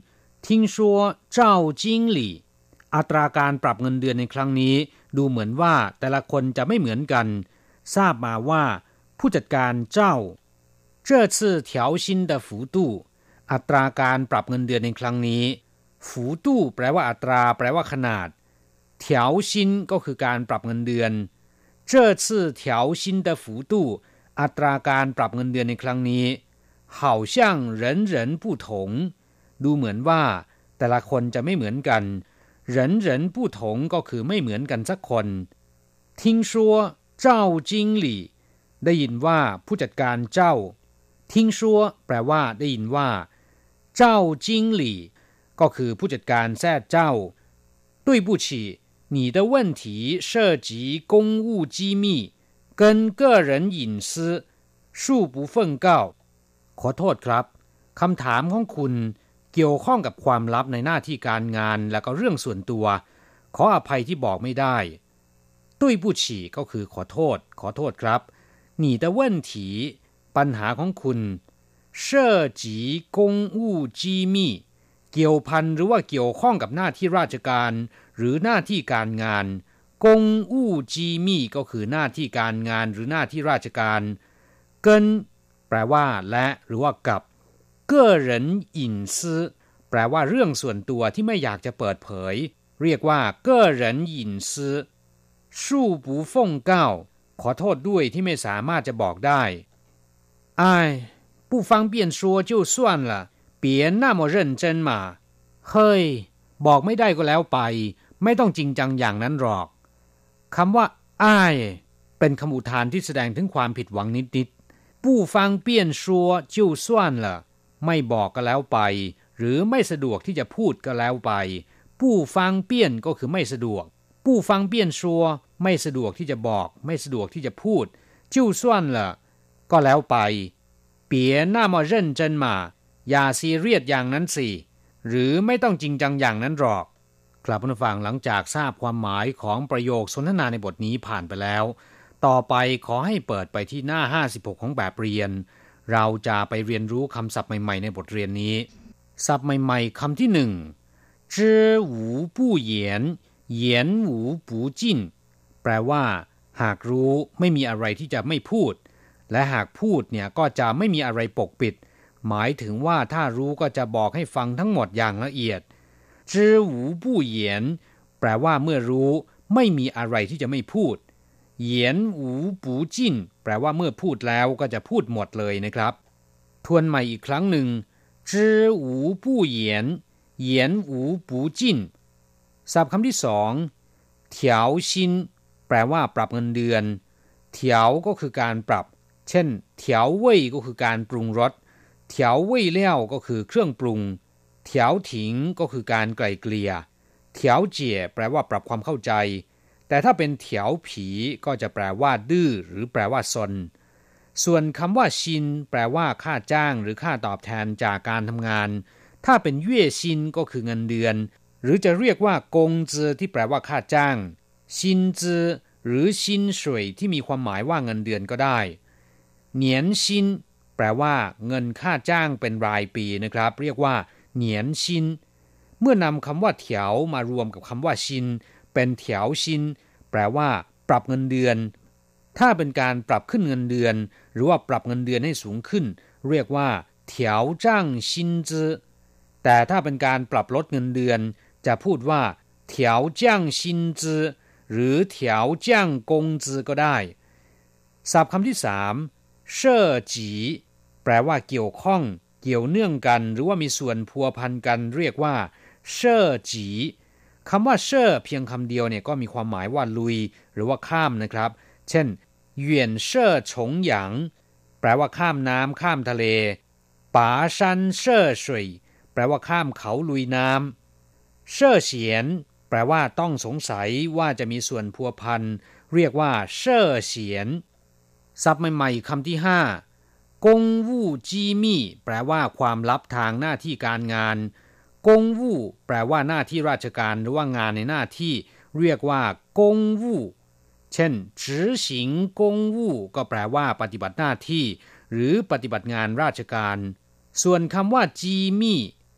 听说赵经理อัตราการปรับเงินเดือนในครั้งนี้ดูเหมือนว่าแต่ละคนจะไม่เหมือนกันทราบมาว่าผู้จัดการเจ้า这次调薪的幅度อัตราการปรับเงินเดือนในครั้งนี้幅度แปลว่าอัตราแปลว่าขนาด调薪ก็คือการปรับเงินเดือน这次调薪的幅度อัตราการปรับเงินเดือนในครั้งนี้好像人人不同ดูเหมือนว่าแต่ละคนจะไม่เหมือนกัน人人不同ก็คือไม่เหมือนกันสักคน听说赵经理ได้ยินว่าผู้จัดการเจ้า听说แปลว่าได้ยินว่า赵经理ก็คือผู้จัดการแท้เจ้า对不起你的问题涉及公务机密跟个人隐私恕不奉告ขอโทษครับคำถามของคุณเกี่ยวข้องกับความลับในหน้าที่การงานและก็เรื่องส่วนตัวขออภัยที่บอกไม่ได้对不起ก็คือขอโทษขอโทษครับ你的问题ปัญหาของคุณ涉及公务机密เกี่ยวพันหรือว่าเกี่ยวข้องกับหน้าที่ราชการหรือหน้าที่การงาน公务机密ก็คือหน้าที่การงานหรือหน้าที่ราชการ跟แปลว่าและหรือว่ากับ个人隐私แปลว่าเรื่องส่วนตัวที่ไม่อยากจะเปิดเผยเรียกว่า个人隐私恕不奉告ขอโทษด้วยที่ไม่สามารถจะบอกได้哎不方便说就算了别那么认真嘛เฮ้ยบอกไม่ได้ก็แล้วไปไม่ต้องจริงจังอย่างนั้นหรอกคำว่าอ้ายเป็นคำอุทานที่แสดงถึงความผิดหวังนิดๆ不方便说就算了ไม่บอกก็แล้วไปหรือไม่สะดวกที่จะพูดก็แล้วไป不方便ก็คือไม่สะดวก不方便说ไม่สะดวกที่จะบอกไม่สะดวกที่จะพูด就算了ก็แล้วไป别那么认真嘛อย่าซีเรียสอย่างนั้นสิหรือไม่ต้องจริงจังอย่างนั้นหรอกครับผู้ฟังหลังจากทราบความหมายของประโยคสนทนาในบทนี้ผ่านไปแล้วต่อไปขอให้เปิดไปที่หน้าห้าสิบหกของแบบเรียนเราจะไปเรียนรู้คำศัพท์ใหม่ๆในบทเรียนนี้ศัพท์ใหม่ๆคำที่หนึ่ง知无不言言无不尽แปลว่าหากรู้ไม่มีอะไรที่จะไม่พูดและหากพูดเนี่ยก็จะไม่มีอะไรปกปิดหมายถึงว่าถ้ารู้ก็จะบอกให้ฟังทั้งหมดอย่างละเอียด知无不言แปลว่าเมื่อรู้ไม่มีอะไรที่จะไม่พูด言无不尽แปลว่าเมื่อพูดแล้วก็จะพูดหมดเลยนะครับทวนใหม่อีกครั้งหนึ่ง知无不言言无不尽ศัพท์คำที่สองเถาชินแปลว่าปรับเงินเดือนเถาก็คือการปรับเช่นเถาเว่ยก็คือการปรุงรสเถาเว่ยเลี่ยวก็คือเครื่องปรุงเถาถิงก็คือการไกล่เกลี่ยเถาเจี๋ยแปลว่าปรับความเข้าใจแต่ถ้าเป็นเถาผีก็จะแปลว่าดื้อหรือแปลว่าซนส่วนคำว่าชินแปลว่าค่าจ้างหรือค่าตอบแทนจากการทำงานถ้าเป็นเย่ชินก็คือเงินเดือนหรือจะเรียกว่ากงจือที่แปลว่าค่าจ้างชินจือหรือชินสวยที่มีความหมายว่าเงินเดือนก็ได้เหนียนชินแปลว่าเงินค่าจ้างเป็นรายปีนะครับเรียกว่าเหนียนชินเมื่อนำคำว่าเถามารวมกับคำว่าชินเป็นเถาชินแปลว่าปรับเงินเดือนถ้าเป็นการปรับขึ้นเงินเดือนหรือว่าปรับเงินเดือนให้สูงขึ้นเรียกว่าเถาจ้างชินจื้อแต่ถ้าเป็นการปรับลดเงินเดือนจะพูดว่าเถาจ้างชินจื้อหรือเถาจ้างกงจื้อก็ได้ศัพท์คำที่สามเช่อจีแปลว่าเกี่ยวข้องเกี่ยวเนื่องกันหรือว่ามีส่วนพัวพันกันเรียกว่าเช่อจีคำว่าเช่อเพียงคำเดียวเนี่ยก็มีความหมายว่าลุยหรือว่าข้ามนะครับเช่นเหวี่ยนเช่อฉงหยางแปลว่าข้ามน้ำข้ามทะเลป๋าซันเช่อสวยแปลว่าข้ามเขาลุยน้ำเช่อเฉียนแปลว่าต้องสงสัยว่าจะมีส่วนพัวพันเรียกว่าเช่อเฉียนศัพท์ใหม่ๆคำที่ห้ากงวู่จีมี่แปลว่าความลับทางหน้าที่การงานกงวู่แปลว่าหน้าที่ราชการหรือว่างานในหน้าที่เรียกว่ากงวู่เช่น执行公务ก็แปลว่าปฏิบัติหน้าที่หรือปฏิบัติงานราชการส่วนคำว่าจีมี่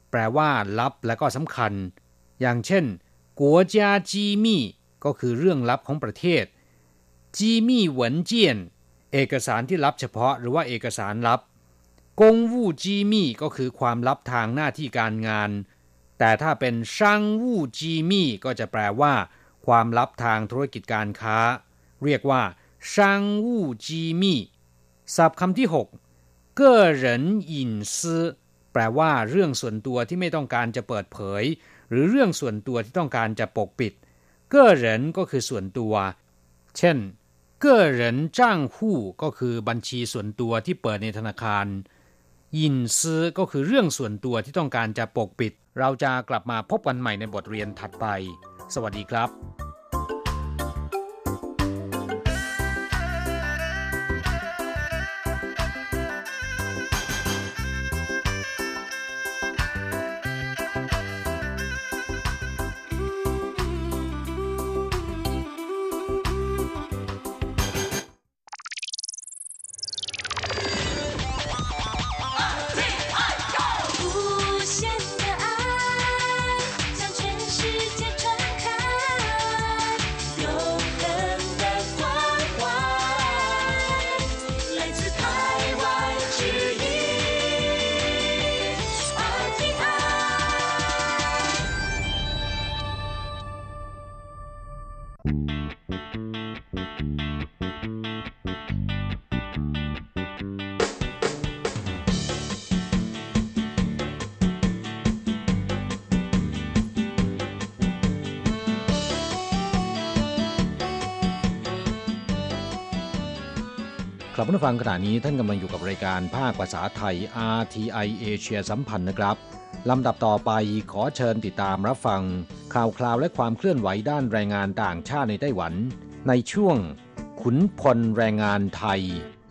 แปลว่าลับและก็สำคัญอย่างเช่น国家机密ก็คือเรื่องลับของประเทศ机密文件เอกสารที่ลับเฉพาะหรือว่าเอกสารลับ公务机密ก็คือความลับทางหน้าที่การงานแต่ถ้าเป็น商务机密ก็จะแปลว่าความลับทางธุรกิจการค้าเรียกว่า商务机密ศัพท์คำที่หก个人隐私แปลว่าเรื่องส่วนตัวที่ไม่ต้องการจะเปิดเผยหรือเรื่องส่วนตัวที่ต้องการจะปกปิด个人ก็คือส่วนตัวเช่น个人账户ก็คือบัญชีส่วนตัวที่เปิดในธนาคาร隐私ก็คือเรื่องส่วนตัวที่ต้องการจะปกปิดเราจะกลับมาพบกันใหม่ในบทเรียนถัดไปสวัสดีครับครับผู้ฟังขณะนี้ท่านกำลังอยู่กับรายการภาคภาษาไทย อาร์ ที ไอ เอเชียสัมพันธ์นะครับลำดับต่อไปขอเชิญติดตามรับฟังข่าวคราวและความเคลื่อนไหวด้านแรงงานต่างชาติในไต้หวันในช่วงขุนพลแรงงานไทย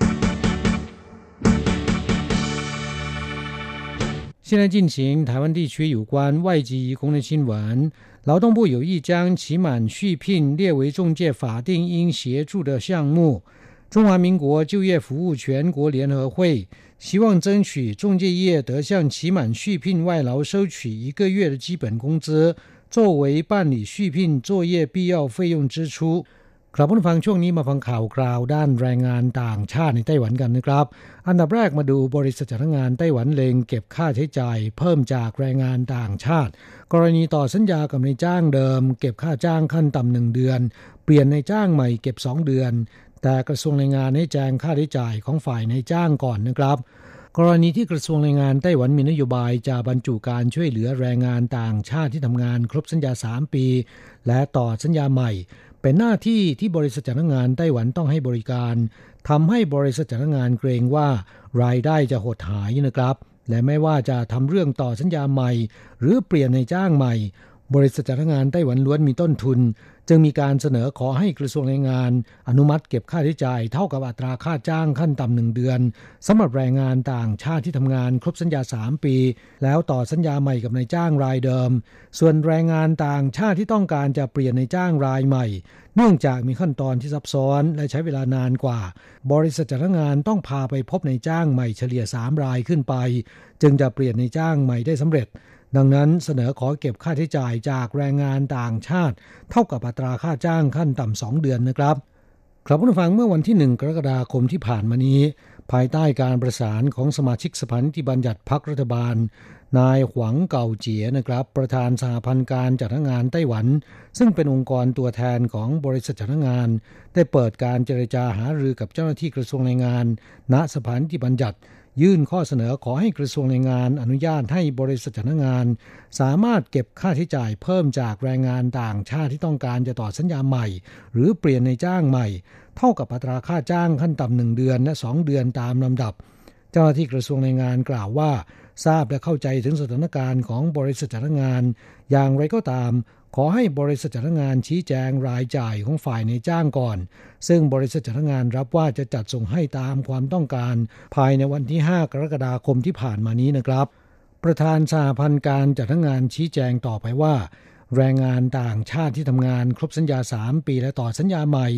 现在进行台湾地区有关外籍移工的新闻。劳动部有意将期满续聘列为中介法定应协助的项目。中华民国就业服务全国联合会希望争取中介业得向期满续聘外劳收取一个月的基本工资，作为办理续聘作业必要费用支出。ครับผู้ฟังช่วงนี้มาฟังข่าวคราวด้านแรงงานต่างชาติในไต้หวันกันนะครับอันดับแรกมาดูบริษัทจ้างงานไต้หวันเล็งเก็บค่าใช้จ่ายเพิ่มจากแรงงานต่างชาติกรณีต่อสัญญากับนายจ้างเดิมเก็บค่าจ้างขั้นต่ำหนึ่งเดือนเปลี่ยนนายจ้างใหม่เก็บสองเดือนแต่กระทรวงแรงงานให้แจ้งค่าใช้จ่ายของฝ่ายนายจ้างก่อนนะครับกรณีที่กระทรวงแรงงานไต้หวันมีนโยบายจะบรรจุการช่วยเหลือแรงงานต่างชาติที่ทำงานครบสัญญาสามปีและต่อสัญญาใหม่เป็นหน้าที่ที่บริษัทจ้างงานไต้หวันต้องให้บริการทำให้บริษัทจ้างงานเกรงว่ารายได้จะหดหายนะครับและไม่ว่าจะทำเรื่องต่อสัญญาใหม่หรือเปลี่ยนนายจ้างใหม่บริษัทจ้างงานไต้หวันล้วนมีต้นทุนจึงมีการเสนอขอให้กระทรวงแรงงานอนุมัติเก็บค่าใช้จ่ายเท่ากับอัตราค่าจ้างขั้นต่ำหนึ่งเดือนสำหรับแรงงานต่างชาติที่ทำงานครบสัญญาสามปีแล้วต่อสัญญาใหม่กับนายจ้างรายเดิมส่วนแรงงานต่างชาติที่ต้องการจะเปลี่ยนนายจ้างรายใหม่เนื่องจากมีขั้นตอนที่ซับซ้อนและใช้เวลานานกว่าบริษัทจ้างงานต้องพาไปพบนายจ้างใหม่เฉลี่ยสามรายขึ้นไปจึงจะเปลี่ยนนายจ้างใหม่ได้สำเร็จดังนั้นเสนอขอเก็บค่าใช้จ่ายจากแรงงานต่างชาติเท่ากับอัตราค่าจ้างขั้นต่ำสองเดือนนะครับครับผู้ฟังเมื่อวันที่หนึ่งกรกฎาคมที่ผ่านมานี้ภายใต้การประสานของสมาชิกสภานิติบัญญัติพรรครัฐบาลนายหวังเก่าเจี๋ยนะครับประธานสหพันธ์การจัดงานไต้หวันซึ่งเป็นองค์กรตัวแทนของบริษัทจัดงานได้เปิดการเจรจาหารือกับเจ้าหน้าที่กระทรวงแรงงานณสภานิติบัญญัติยื่นข้อเสนอขอให้กระทรวงแรงงานอนุญาตให้บริษัทจ้างงานสามารถเก็บค่าใช้จ่ายเพิ่มจากแรงงานต่างชาติที่ต้องการจะต่อสัญญาใหม่หรือเปลี่ยนนายจ้างใหม่เท่ากับอัตราค่าจ้างขั้นต่ำหนึ่งเดือนและสองเดือนตามลำดับเจ้าหน้าที่กระทรวงแรงงานกล่าวว่าทราบและเข้าใจถึงสถานการณ์ของบริษัทจ้างงานอย่างไรก็ตามขอให้บริษัทจ้างงานชี้แจงรายจ่ายของฝ่ายนายจ้างก่อนซึ่งบริษัทจ้างงานรับว่าจะจัดส่งให้ตามความต้องการภายในวันที่ห้ากรกฎาคมที่ผ่านมานี้นะครับประธานสหพันธ์การจัดงานชี้แจงต่อไปว่าแรงงานต่างชาติที่ทำงานครบสัญญาสามปีและต่อสัญญาใหม่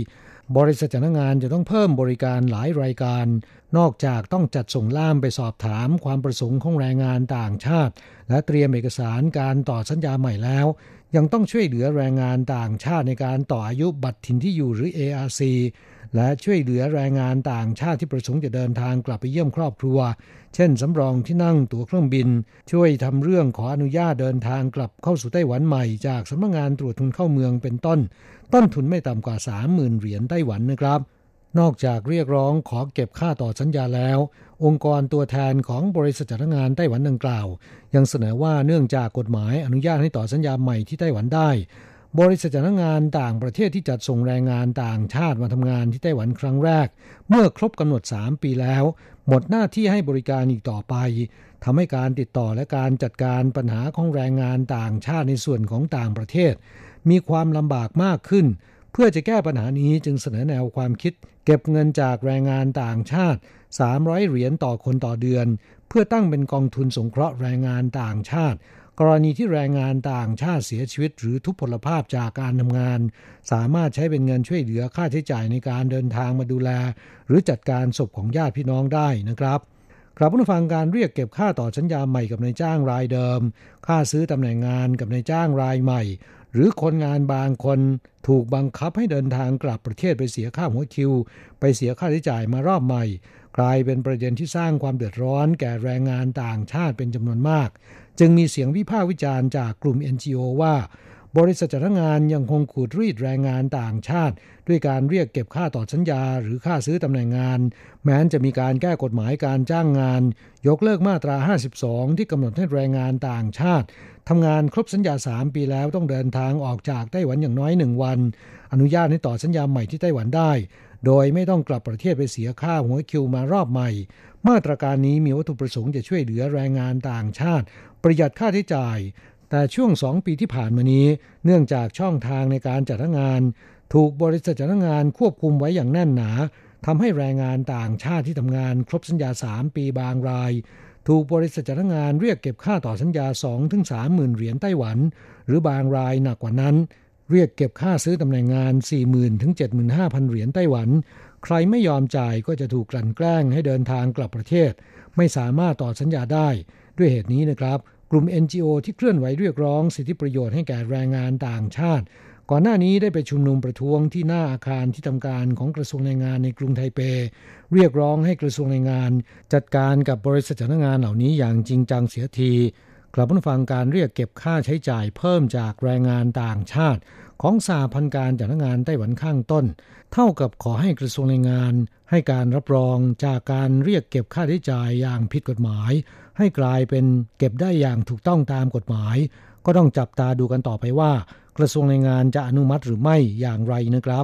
บริษัทจ้างงานจะต้องเพิ่มบริการหลายรายการนอกจากต้องจัดส่งล่ามไปสอบถามความประสงค์ของแรงงานต่างชาติและเตรียมเอกสารการต่อสัญญาใหม่แล้วยังต้องช่วยเหลือแรงงานต่างชาติในการต่ออายุบัตรถิ่นที่อยู่หรือ เอ อาร์ ซี และช่วยเหลือแรงงานต่างชาติที่ประสงค์จะเดินทางกลับไปเยี่ยมครอบครัวเช่นสำรองที่นั่งตั๋วเครื่องบินช่วยทำเรื่องขออนุญาตเดินทางกลับเข้าสู่ไต้หวันใหม่จากสำนักงานตรวจคนเข้าเมืองเป็นต้นต้นทุนไม่ต่ำกว่า สามหมื่น เหรียญไต้หวันนะครับนอกจากเรียกร้องขอเก็บค่าต่อสัญญาแล้วองค์กรตัวแทนของบริษัทจ้างงานไต้หวันดังกล่าวยังเสนอว่าเนื่องจากกฎหมายอนุญาตให้ต่อสัญญาใหม่ที่ไต้หวันได้บริษัทจ้างงานต่างประเทศที่จัดส่งแรงงานต่างชาติมาทำงานที่ไต้หวันครั้งแรกเมื่อครบกำหนดสามปีแล้วหมดหน้าที่ให้บริการอีกต่อไปทำให้การติดต่อและการจัดการปัญหาของแรงงานต่างชาติในส่วนของต่างประเทศมีความลำบากมากขึ้นเพื่อจะแก้ปัญหานี้จึงเสนอแนวความคิดเก็บเงินจากแรงงานต่างชาติสามร้อยเหรียญต่อคนต่อเดือนเพื่อตั้งเป็นกองทุนสงเคราะห์แรงงานต่างชาติกรณีที่แรงงานต่างชาติเสียชีวิตหรือทุพพลภาพจากการทำงานสามารถใช้เป็นเงินช่วยเหลือค่าใช้จ่ายในการเดินทางมาดูแลหรือจัดการศพของญาติพี่น้องได้นะครับครับผู้ฟังการเรียกเก็บค่าต่อสัญญาใหม่กับนายจ้างรายเดิมค่าซื้อตำแหน่งงานกับนายจ้างรายใหม่หรือคนงานบางคนถูกบังคับให้เดินทางกลับประเทศไปเสียค่าหัวคิวไปเสียค่าใช้จ่ายมารอบใหม่กลายเป็นประเด็นที่สร้างความเดือดร้อนแก่แรงงานต่างชาติเป็นจำนวนมากจึงมีเสียงวิพากษ์วิจารณ์จากกลุ่ม เอ็น จี โอ ว่าบริษัทจ้างงานยังคงขูดรีดแรงงานต่างชาติด้วยการเรียกเก็บค่าต่อสัญญาหรือค่าซื้อตำแหน่งงานแม้จะมีการแก้กฎหมายการจ้างงานยกเลิกมาตราห้าสิบสองที่กำหนดให้แรงงานต่างชาติทำงานครบสัญญาสามปีแล้วต้องเดินทางออกจากไต้หวันอย่างน้อยหนึ่งวันอนุญาตให้ต่อสัญญาใหม่ที่ไต้หวันได้โดยไม่ต้องกลับประเทศไปเสียค่าหัวคิวมารอบใหม่มาตรการนี้มีวัตถุประสงค์จะช่วยเหลือแรงงานต่างชาติประหยัดค่าใช้จ่ายแต่ช่วงสองปีที่ผ่านมานี้เนื่องจากช่องทางในการจัดงานถูกบริษัทจัดงานควบคุมไว้อย่างแน่นหนาทำให้แรงงานต่างชาติที่ทำงานครบสัญญาสามปีบางรายถูกบริษัทจ้างงานเรียกเก็บค่าต่อสัญญา สองถึงสามหมื่น เหรียญไต้หวันหรือบางรายหนักกว่านั้นเรียกเก็บค่าซื้อตำแหน่งงาน สี่หมื่น ถึง เจ็ดหมื่นห้าพัน เหรียญไต้หวันใครไม่ยอมจ่ายก็จะถูกกลั่นแกล้งให้เดินทางกลับประเทศไม่สามารถต่อสัญญาได้ด้วยเหตุนี้นะครับกลุ่ม เอ็น จี โอ ที่เคลื่อนไหวเรียกร้องสิทธิประโยชน์ให้แก่แรงงานต่างชาติก่อนหน้านี้ได้ไปชุมนุมประท้วงที่หน้าอาคารที่ทำการของกระทรวงแรงงานในกรุงไทเปเรียกร้องให้กระทรวงแรงงานจัดการกับบริษัทจ้างงานเหล่านี้อย่างจริงจังเสียทีกลับมาฟังการเรียกเก็บค่าใช้จ่ายเพิ่มจากแรงงานต่างชาติของสหพันธ์การจ้างงานไต้หวันข้างต้นเท่ากับขอให้กระทรวงแรงงานให้การรับรองจากการเรียกเก็บค่าใช้จ่ายอย่างผิดกฎหมายให้กลายเป็นเก็บได้อย่างถูกต้องตามกฎหมายก็ต้องจับตาดูกันต่อไปว่ากระทรวงแรงงานจะอนุมัติหรือไม่อย่างไรนะครับ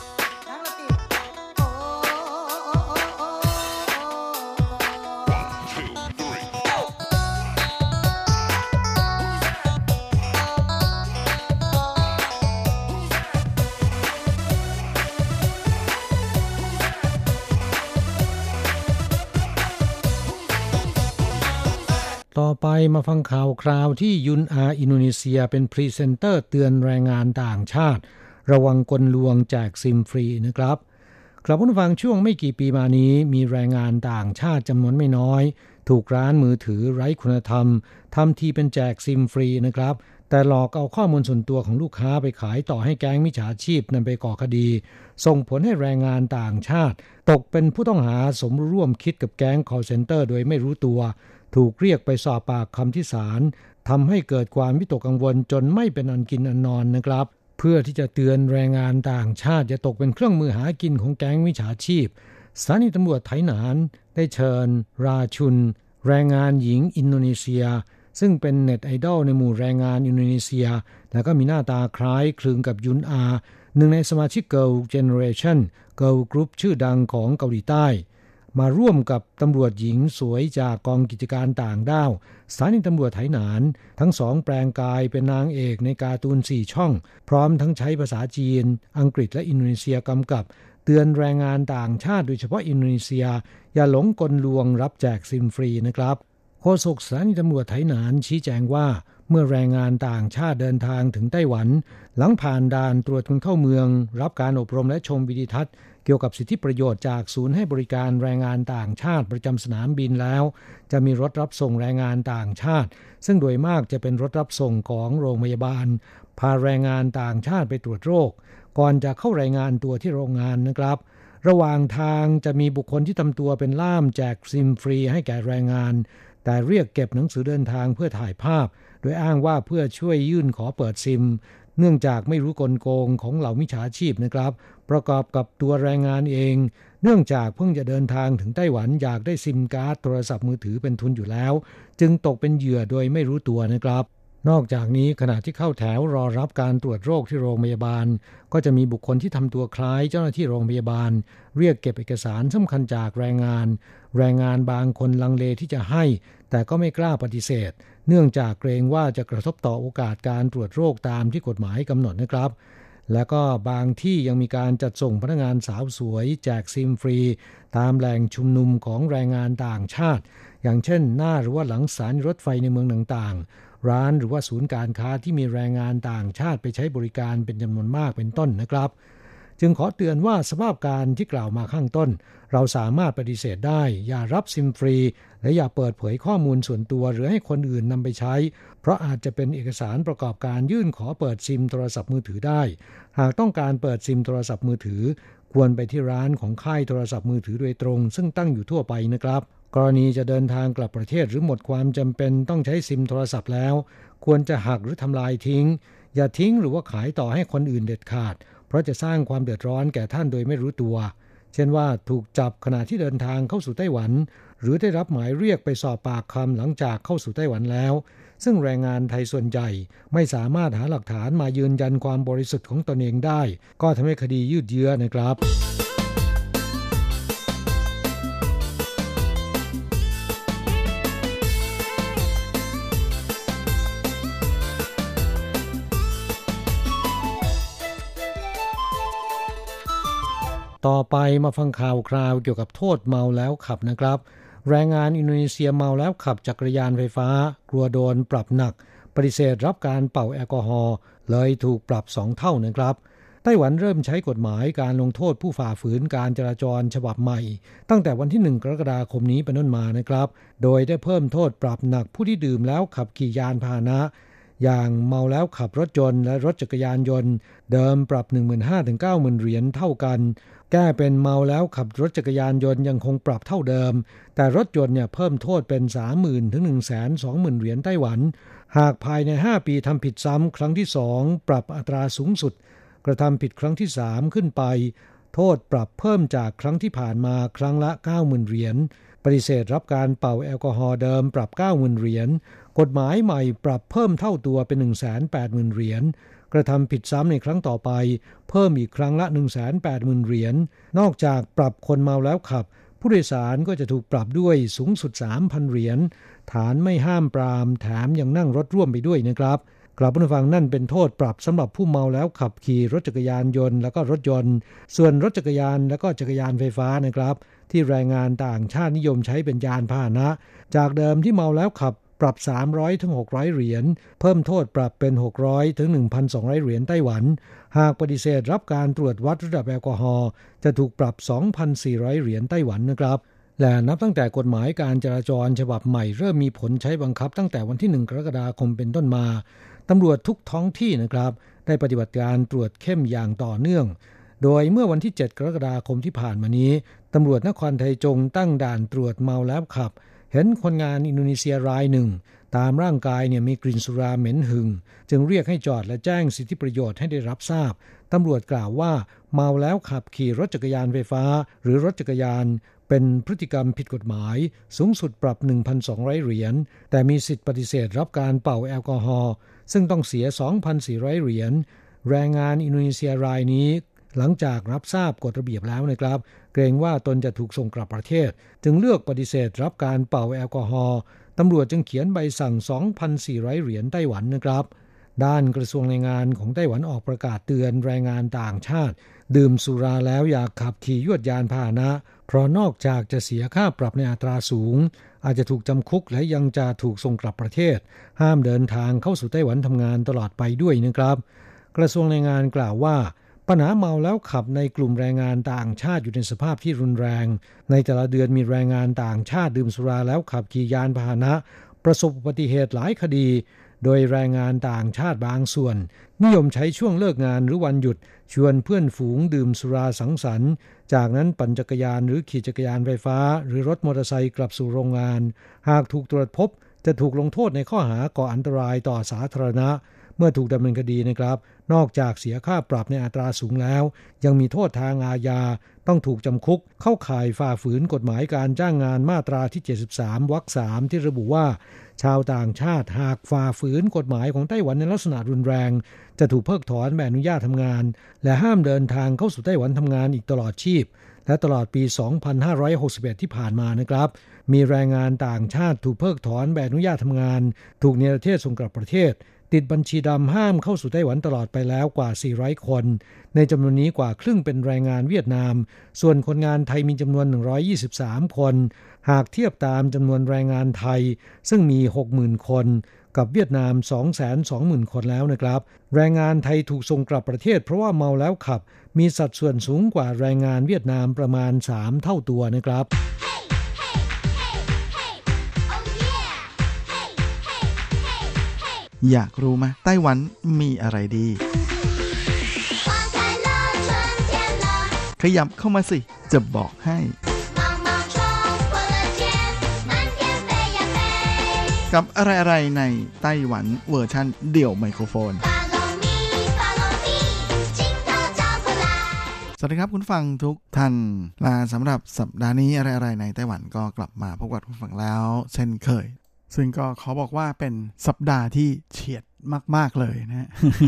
ต่อไปมาฟังข่าวคราวที่ยุนอาอินโดนีเซียเป็นพรีเซนเตอร์เตือนแรงงานต่างชาติระวังกลลวงแจกซิมฟรีนะครับกลับมาฟังช่วงไม่กี่ปีมานี้มีแรงงานต่างชาติจำนวนไม่น้อยถูกร้านมือถือไร้คุณธรรมทำทีเป็นแจกซิมฟรีนะครับแต่หลอกเอาข้อมูลส่วนตัวของลูกค้าไปขายต่อให้แก๊งมิจฉาชีพนำไปก่อคดีส่งผลให้แรงงานต่างชาติตกเป็นผู้ต้องหาสมรู้ร่วมคิดกับแก๊ง call center โดยไม่รู้ตัวถูกเรียกไปสอบปากคำที่ศาลทำให้เกิดความวิตกกังวลจนไม่เป็นอันกินอันนอนนะครับเพื่อที่จะเตือนแรงงานต่างชาติจะตกเป็นเครื่องมือหากินของแก๊งมิจฉาชีพสถานีตำรวจไถหนานได้เชิญราชุนแรงงานหญิงอินโดนีเซียซึ่งเป็นเน็ตไอดอลในหมู่แรงงานอินโดนีเซียแล้วก็มีหน้าตาคล้ายคลึงกับยุนอาหนึ่งในสมาชิก Girl Generation Girl Group ชื่อดังของเกาหลีใต้มาร่วมกับตำรวจหญิงสวยจากกองกิจการต่างด้าวสถานีตำรวจไถหนานทั้งสองแปลงกายเป็นนางเอกในการ์ตูนสี่ช่องพร้อมทั้งใช้ภาษาจีนอังกฤษและอินโดนีเซียกำกับเตือนแรงงานต่างชาติโดยเฉพาะอินโดนีเซียอย่าหลงกลลวงรับแจกซิมฟรีนะครับฆษกสถานีตำรวจไถหนานชี้แจงว่าเมื่อแรงงานต่างชาติเดินทางถึงไต้หวันหลังผ่านด่านตรวจคนเข้าเมืองรับการอบรมและชมวิดีทัศน์เกี่ยวกับสิทธิประโยชน์จากศูนย์ให้บริการแรงงานต่างชาติประจำสนามบินแล้วจะมีรถรับส่งแรงงานต่างชาติซึ่งโดยมากจะเป็นรถรับส่งของโรงพยาบาลพาแรงงานต่างชาติไปตรวจโรคก่อนจะเข้ารายงานตัวที่โรงงานนะครับระหว่างทางจะมีบุคคลที่ทำตัวเป็นล่ามแจกซิมฟรีให้แก่แรงงานแต่เรียกเก็บหนังสือเดินทางเพื่อถ่ายภาพโดยอ้างว่าเพื่อช่วยยื่นขอเปิดซิมเนื่องจากไม่รู้กลโกงของเหล่ามิจฉาชีพนะครับประกอบกับตัวแรงงานเองเนื่องจากเพิ่งจะเดินทางถึงไต้หวันอยากได้ซิมการ์ดโทรศัพท์มือถือเป็นทุนอยู่แล้วจึงตกเป็นเหยื่อโดยไม่รู้ตัวนะครับนอกจากนี้ขณะที่เข้าแถวรอรับการตรวจโรคที่โรงพยาบาลก็จะมีบุคคลที่ทำตัวคล้ายเจ้าหน้าที่โรงพยาบาลเรียกเก็บเอกสารสำคัญจากแรงงานแรงงานบางคนลังเลที่จะให้แต่ก็ไม่กล้าปฏิเสธเนื่องจากเกรงว่าจะกระทบต่อโอกาสการตรวจโรคตามที่กฎหมายกำหนดนะครับและก็บางที่ยังมีการจัดส่งพนักงานสาวสวยแจกซิมฟรีตามแหล่งชุมนุมของแรงงานต่างชาติอย่างเช่นหน้าหรือว่าหลังสถานีรถไฟในเมืองต่างๆร้านหรือว่าศูนย์การค้าที่มีแรงงานต่างชาติไปใช้บริการเป็นจำนวนมากเป็นต้นนะครับจึงขอเตือนว่าสภาพการที่กล่าวมาข้างต้นเราสามารถปฏิเสธได้อย่ารับซิมฟรีและอย่าเปิดเผยข้อมูลส่วนตัวหรือให้คนอื่นนำไปใช้เพราะอาจจะเป็นเอกสารประกอบการยื่นขอเปิดซิมโทรศัพท์มือถือได้หากต้องการเปิดซิมโทรศัพท์มือถือควรไปที่ร้านของค่ายโทรศัพท์มือถือโดยตรงซึ่งตั้งอยู่ทั่วไปนะครับกรณีจะเดินทางกลับประเทศหรือหมดความจำเป็นต้องใช้ซิมโทรศัพท์แล้วควรจะหักหรือทำลายทิ้งอย่าทิ้งหรือว่าขายต่อให้คนอื่นเด็ดขาดเพราะจะสร้างความเดือดร้อนแก่ท่านโดยไม่รู้ตัวเช่นว่าถูกจับขณะที่เดินทางเข้าสู่ไต้หวันหรือได้รับหมายเรียกไปสอบปากคำหลังจากเข้าสู่ไต้หวันแล้วซึ่งแรงงานไทยส่วนใหญ่ไม่สามารถหาหลักฐานมายืนยันความบริสุทธิ์ของตนเองได้ก็ทำให้คดียืดเยื้อนะครับต่อไปมาฟังข่าวคราวเกี่ยวกับโทษเมาแล้วขับนะครับแรงงานอินโดนีเซียเมาแล้วขับจักรยานไฟฟ้ากลัวโดนปรับหนักปฏิเสธรับการเป่าแอลกอฮอล์เลยถูกปรับสองเท่านะครับไต้หวันเริ่มใช้กฎหมายการลงโทษผู้ฝ่าฝืนการจราจรฉบับใหม่ตั้งแต่วันที่หนึ่งกรกฎาคมนี้เป็นต้นมานะครับโดยได้เพิ่มโทษปรับหนักผู้ที่ดื่มแล้วขับขี่ยานพาหนะอย่างเมาแล้วขับรถยนต์และรถจักรยานยนต์เดิมปรับ หนึ่งหมื่นห้าพัน ถึง เก้าหมื่น เหรียญเท่ากันแก้เป็นเมาแล้วขับรถจักรยานยนต์ยังคงปรับเท่าเดิมแต่รถยนต์เนี่ยเพิ่มโทษเป็น สามหมื่น ถึง หนึ่งแสนสองหมื่น เหรียญไต้หวันหากภายในห้าปีทำผิดซ้ำครั้งที่สองปรับอัตราสูงสุดกระทำผิดครั้งที่สามขึ้นไปโทษปรับเพิ่มจากครั้งที่ผ่านมาครั้งละ เก้าหมื่น เหรียญปฏิเสธรับการเป่าแอลกอฮอล์เดิมปรับ เก้าหมื่น เหรียญกฎหมายใหม่ปรับเพิ่มเท่าตัวเป็น หนึ่งแสนแปดหมื่น เหรียญกระทำผิดซ้ำในครั้งต่อไปเพิ่มอีกครั้งละ หนึ่งแสนแปดหมื่น เหรียญนอกจากปรับคนเมาแล้วขับผู้โดยสารก็จะถูกปรับด้วยสูงสุด สามพัน เหรียญฐานไม่ห้ามปรามแถมยังนั่งรถร่วมไปด้วยนะครับกลับมาฟังนั่นเป็นโทษปรับสำหรับผู้เมาแล้วขับขี่รถจักรยานยนต์แล้วก็รถยนต์ส่วนรถจักรยานแล้วก็จักรยานไฟฟ้านะครับที่แรงงานต่างชาตินิยมใช้เป็นยานพาหนะจากเดิมที่เมาแล้วขับปรับสามร้อยถึงหกร้อยเหรียญเพิ่มโทษปรับเป็นหกร้อยถึง หนึ่งพันสองร้อย เหรียญไต้หวันหากปฏิเสธรับการตรวจวัดระดับแอลกอฮอล์จะถูกปรับ สองพันสี่ร้อย เหรียญไต้หวันนะครับและนับตั้งแต่กฎหมายการจราจรฉบับใหม่เริ่มมีผลใช้บังคับตั้งแต่วันที่หนึ่งกรกฎาคมเป็นต้นมาตำรวจทุกท้องที่นะครับได้ปฏิบัติการตรวจเข้มอย่างต่อเนื่องโดยเมื่อวันที่เจ็ดกรกฎาคมที่ผ่านมานี้ตำรวจนครไทจงตั้งด่านตรวจเมาแล้วขับเห็นคนงานอินโดนีเซียรายหนึ่งตามร่างกายเนี่ยมีกลิ่นสุราเหม็นหึงจึงเรียกให้จอดและแจ้งสิทธิประโยชน์ให้ได้รับทราบตำรวจกล่าวว่าเมาแล้วขับขี่รถจักรยานไฟฟ้าหรือรถจักรยานเป็นพฤติกรรมผิดกฎหมายสูงสุดปรับ หนึ่งพันสองร้อย เหรียญแต่มีสิทธิปฏิเสธรับการเป่าแอลกอฮอล์ซึ่งต้องเสีย สองพันสี่ร้อย เหรียญแรงงานอินโดนีเซียรายนี้หลังจากรับทราบกฎระเบียบแล้วนะครับเกรงว่าตนจะถูกส่งกลับประเทศจึงเลือกปฏิเสธรับการเป่าแอลกอฮอล์ตำรวจจึงเขียนใบสั่ง สองพันสี่ร้อย เหรียญไต้หวันนะครับด้านกระทรวงแรงงานของไต้หวันออกประกาศเตือนแรงงานต่างชาติดื่มสุราแล้วอย่าขับขี่ยวดยานพาหนะเพราะนอกจากจะเสียค่าปรับในอัตราสูงอาจจะถูกจำคุกและยังจะถูกส่งกลับประเทศห้ามเดินทางเข้าสู่ไต้หวันทำงานตลอดไปด้วยนะครับกระทรวงแรงงานกล่าวว่าปัญหาเมาแล้วขับในกลุ่มแรงงานต่างชาติอยู่ในสภาพที่รุนแรงในแต่ละเดือนมีแรงงานต่างชาติดื่มสุราแล้วขับขี่ยานพาหนะประสบอุบัติเหตุหลายคดีโดยแรงงานต่างชาติบางส่วนนิยมใช้ช่วงเลิกงานหรือวันหยุดชวนเพื่อนฝูงดื่มสุราสังสรรค์จากนั้นปั่นจักรยานหรือขี่จักรยานไฟฟ้าหรือรถมอเตอร์ไซค์กลับสู่โรงงานหากถูกตรวจพบจะถูกลงโทษในข้อหาก่ออันตรายต่อสาธารณะเมื่อถูกดำเนินคดีนะครับนอกจากเสียค่าปรับในอัตราสูงแล้วยังมีโทษทางอาญาต้องถูกจำคุกเข้าข่ายฝ่าฝืนกฎหมายการจ้างงานมาตราที่เจ็ดสิบสามวรรคสามที่ระบุว่าชาวต่างชาติหากฝ่าฝืนกฎหมายของไต้หวันในลักษณะรุนแรงจะถูกเพิกถอนใบอนุญาตทำงานและห้ามเดินทางเข้าสู่ไต้หวันทำงานอีกตลอดชีพและตลอดปีสองพันห้าร้อยหกสิบเอ็ดที่ผ่านมานะครับมีแรงงานต่างชาติถูกเพิกถอนใบอนุญาตทำงานถูกเนรเทศส่งกลับประเทศติดบัญชีดำห้ามเข้าสู่ไต้หวันตลอดไปแล้วกว่าสี่ร้อยคนในจำนวนนี้กว่าครึ่งเป็นแรงงานเวียดนามส่วนคนงานไทยมีจำนวนหนึ่งร้อยยี่สิบสามคนหากเทียบตามจำนวนแรงงานไทยซึ่งมี หกหมื่น คนกับเวียดนาม สองแสนสองหมื่น คนแล้วนะครับแรงงานไทยถูกส่งกลับประเทศเพราะว่าเมาแล้วขับมีสัดส่วนสูงกว่าแรงงานเวียดนามประมาณสามเท่าตัวนะครับอยากรู้ไหมไต้หวันมีอะไรดีขยับเข้ามาสิจะบอกให้กับอะไรๆในไต้หวันเวอร์ชันเดี่ยวไมโครโฟนสวัสดีครับคุณฟังทุกท่านและสำหรับสัปดาห์นี้อะไรๆในไต้หวันก็กลับมาพบกับคุณฟังแล้วเช่นเคยซึ่งก็ขอบอกว่าเป็นสัปดาห์ที่เฉียดมากๆเลยนะ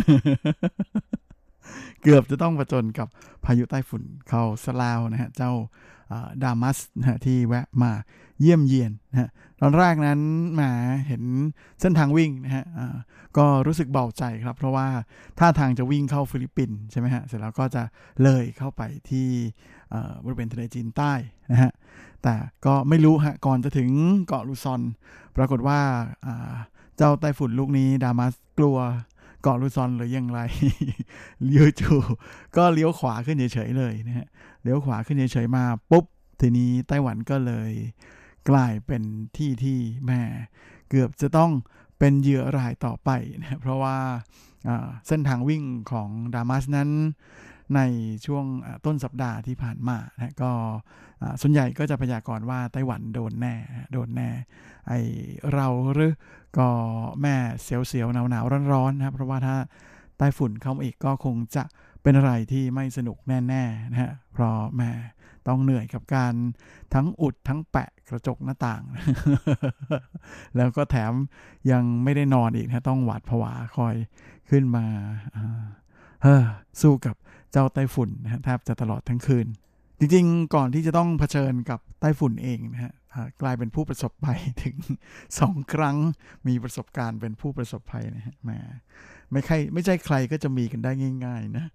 เกือบจะต้องประจนกับพายุใต้ฝุ่นเข้าซะแล้วนะฮะเจ้าดามัสนะฮะที่แวะมาเยี่ยมเยียนนะฮะตอนแรกนั้นมาเห็นเส้นทางวิ่งนะฮะก็รู้สึกเบาใจครับเพราะว่าท่าทางจะวิ่งเข้าฟิลิปปินส์ใช่ไหมฮะเสร็จแล้วก็จะเลยเข้าไปที่บริเวณทะเลจีนใต้นะฮะแต่ก็ไม่รู้ฮะก่อนจะถึงเกาะลูซอนปรากฏว่าเจ้าไต้ฝุ่นลูกนี้ดามัสกลัวเกาะลูซอนหรือยังไร อยู่ๆก็เลี้ยวขวาขึ้นเฉยๆเลยนะฮะเลี้ยวขวาขึ้นเฉยๆมาปุ๊บทีนี้ไต้หวันก็เลยกลายเป็นที่ที่แม่เกือบจะต้องเป็นเหยื่อรายต่อไปนะเพราะว่าเส้นทางวิ่งของดามัสนั้นในช่วงต้นสัปดาห์ที่ผ่านมานะก็ส่วนใหญ่ก็จะพยากรณ์ว่าไต้หวันโดนแน่โดนแน่ไอเราหรือก็แม่เสียวๆหนาวๆร้อนๆนะเพราะว่าถ้าไต้ฝุ่นเข้ามาอีกก็คงจะเป็นอะไรที่ไม่สนุกแน่ๆนะฮะเพราะแม่ต้องเหนื่อยกับการทั้งอุดทั้งแปะกระจกหน้าต่าง แล้วก็แถมยังไม่ได้นอนอีกนะต้องหวาดผวาคอยขึ้นมาเฮ้อสู้กับเจ้าไต้ฝุ่นนะฮะแทบจะตลอดทั้งคืนจริงๆก่อนที่จะต้องเผชิญกับไต้ฝุ่นเองนะฮะกลายเป็นผู้ประสบภัยถึงสองครั้งมีประสบการณ์เป็นผู้ประสบภัยนะฮะแหมไม่ใช่ไม่ใช่ใครก็จะมีกันได้ง่ายๆนะ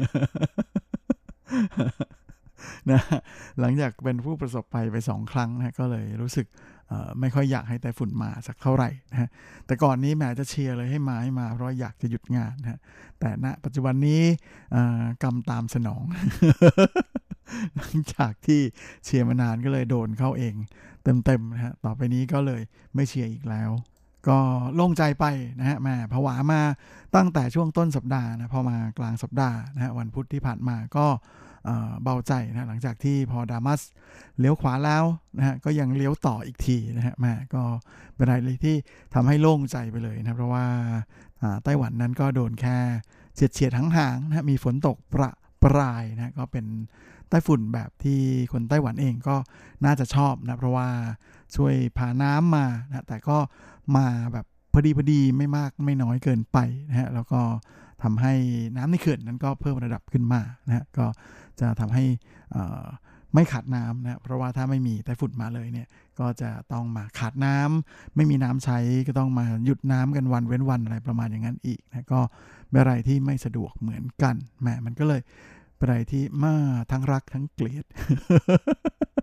นะหลังจากเป็นผู้ประสบภัยไปสองครั้งนะก็เลยรู้สึกไม่ค่อยอยากให้ไต้ฝุ่นมาสักเท่าไหร่นะแต่ก่อนนี้แหมจะเชียร์เลยให้มาให้มาเพราะอยากจะหยุดงานนะแต่ณปัจจุบันนี้กรรมตามสนอง หลังจากที่เชียร์มานานก็เลยโดนเข้าเองเต็มๆนะฮะต่อไปนี้ก็เลยไม่เชียร์อีกแล้วก็โล่งใจไปนะฮะแม่ผวามาตั้งแต่ช่วงต้นสัปดาห์นะพอมากลางสัปดาห์นะฮะวันพุธที่ผ่านมาก็เบาใจนะหลังจากที่พอดามัสเลี้ยวขวาแล้วนะฮะก็ยังเลี้ยวต่ออีกทีนะฮะแม่ก็เป็นอะไรเลยที่ทำให้โล่งใจไปเลยนะเพราะว่าไต้หวันนั้นก็โดนแค่เฉียดเฉียดห่างๆนะมีฝนตกประปรายนะก็เป็นไต้ฝุ่นแบบที่คนไต้หวันเองก็น่าจะชอบนะเพราะว่าช่วยพาน้ำมานะแต่ก็มาแบบพอดีพอดีไม่มากไม่น้อยเกินไปนะฮะแล้วก็ทำให้น้ำในเขื่อนนั้นก็เพิ่มระดับขึ้นมานะฮะก็จะทำให้ไม่ขาดน้ำนะเพราะว่าถ้าไม่มีไต้ฝุ่นมาเลยเนี่ยก็จะต้องมาขาดน้ำไม่มีน้ำใช้ก็ต้องมาหยุดน้ำกันวันเว้นวันอะไรประมาณอย่างนั้นอีกนะก็เป็นอะไรที่ไม่สะดวกเหมือนกันแหมมันก็เลยเป็นอะไรที่มาทั้งรักทั้งเกลียด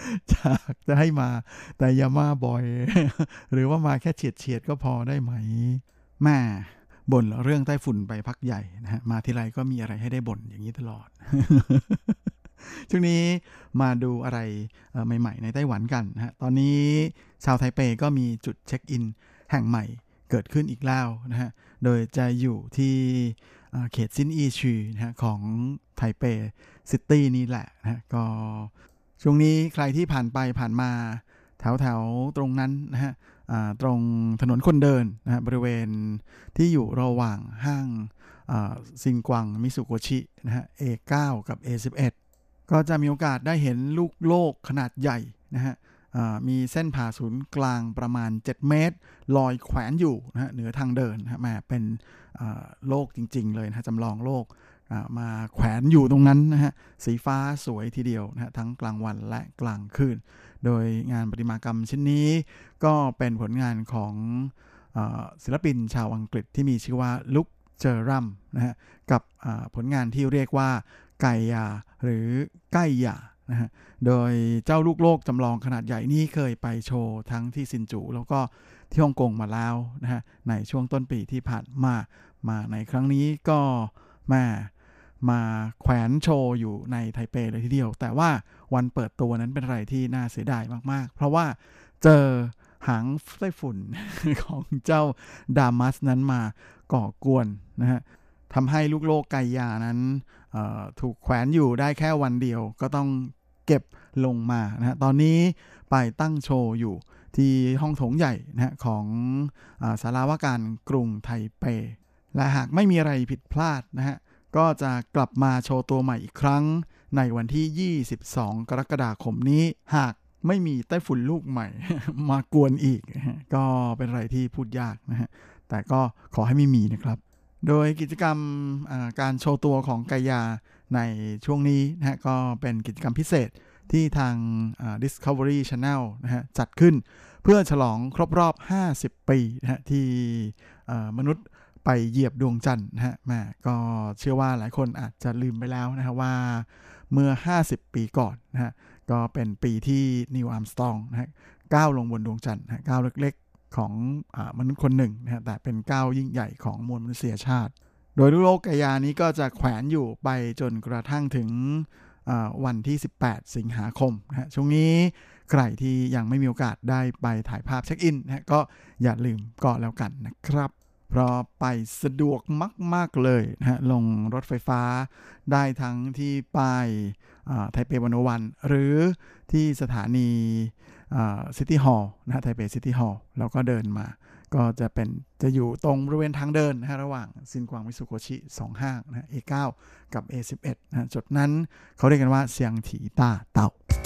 จากจะให้มาแต่อย่ามาบ่อย หรือว่ามาแค่เฉียดๆก็พอได้ไหมแม่บ่นเรื่องไต้ฝุ่นไปพักใหญ่นะฮะมาทีไรก็มีอะไรให้ได้บ่นอย่างนี้ตลอด ช่วงนี้มาดูอะไรใหม่ๆในไต้หวันกันนะฮะตอนนี้ชาวไทเปก็มีจุดเช็คอินแห่งใหม่เกิดขึ้นอีกแล้วนะฮะโดยจะอยู่ที่เขตซินอีชีนะฮะของไทเปซิตี้นี่แหละนะก็ช่วงนี้ใครที่ผ่านไปผ่านมาแถวๆตรงนั้นนะฮะตรงถนนคนเดินนะฮะบริเวณที่อยู่ระหว่างห้างซินกวังมิสุโกชินะฮะ เอ เก้า กับ เอ สิบเอ็ด ก็จะมีโอกาสได้เห็นลูกโลกขนาดใหญ่นะฮะมีเส้นผ่าศูนย์กลางประมาณเจ็ดเมตรลอยแขวนอยู่นะฮะเหนือทางเดินนะฮะมาเป็นโลกจริงๆเลยนะจำลองโลกมาแขวนอยู่ตรงนั้นนะฮะสีฟ้าสวยทีเดียวนะฮะทั้งกลางวันและกลางคืนโดยงานประติมากรรมชิ้นนี้ก็เป็นผลงานของศิลปินชาวอังกฤษที่มีชื่อว่าลุคเจอรัมนะฮะกับผลงานที่เรียกว่าไกยาหรือไกยานะฮะโดยเจ้าลูกโลกจำลองขนาดใหญ่นี้เคยไปโชว์ทั้งที่ซินจูแล้วก็ที่ฮ่องกงมาแล้วนะฮะในช่วงต้นปีที่ผ่านมามาในครั้งนี้ก็มามาแขวนโชว์อยู่ในไทเปเลยทีเดียวแต่ว่าวันเปิดตัวนั้นเป็นอะไรที่น่าเสียดายมากๆเพราะว่าเจอหางไต้ฝุ่น ของเจ้าดามัสนั้นมาก่อกวนนะฮะทำให้ลูกโลกไกยานั้นถูกแขวนอยู่ได้แค่วันเดียวก็ต้องเก็บลงมานะฮะตอนนี้ไปตั้งโชว์อยู่ที่ห้องโถงใหญ่นะฮะของอ่าศาลาว่าการกรุงไทเปและหากไม่มีอะไรผิดพลาดนะฮะก็จะกลับมาโชว์ตัวใหม่อีกครั้งในวันที่ยี่สิบสองกรกฎาคมนี้หากไม่มีไต้ฝุ่นลูกใหม่ มากวนอีกก็เป็นอะไรที่พูดยากนะฮะแต่ก็ขอให้ไม่มีนะครับโดยกิจกรรมการโชว์ตัวของไกยาในช่วงนี้นะฮะก็เป็นกิจกรรมพิเศษที่ทาง Discovery Channel นะฮะจัดขึ้นเพื่อฉลองครบรอบห้าสิบปีนะฮะที่มนุษย์ไปเหยียบดวงจันทร์นะฮะแม่ก็เชื่อว่าหลายคนอาจจะลืมไปแล้วนะฮะว่าเมื่อห้าสิบปีก่อนนะฮะก็เป็นปีที่นิวอาร์มสตรองนะฮะก้าวลงบนดวงจันทร์นะก้าวเล็กๆของมนุษย์คนหนึ่งนะฮะแต่เป็นก้าวยิ่งใหญ่ของมวลมนุษยชาติโดยลูกโลกไกยานี้ก็จะแขวนอยู่ไปจนกระทั่งถึงวันที่สิบแปดสิงหาคมนะฮะช่วงนี้ใครที่ยังไม่มีโอกาสได้ไปถ่ายภาพเช็คอินนะฮะก็อย่าลืมก็แล้วกันนะครับเพราะไปสะดวกมากๆเลยนะฮะลงรถไฟฟ้าได้ทั้งที่ป้ายไทเปวันโอวันหรือที่สถานีซิตี้ฮอลล์นะฮะไทเปซิตี้ฮอลล์แล้วก็เดินมาก็จะเป็นจะอยู่ตรงบริเวณทางเดินนะฮะระหว่างซินกวางมิสุโกชิสองห้างนะฮะ เอ เก้า กับ เอ สิบเอ็ด นะฮะจุดนั้นเขาเรียกกันว่าเซียงถีต้าเต่า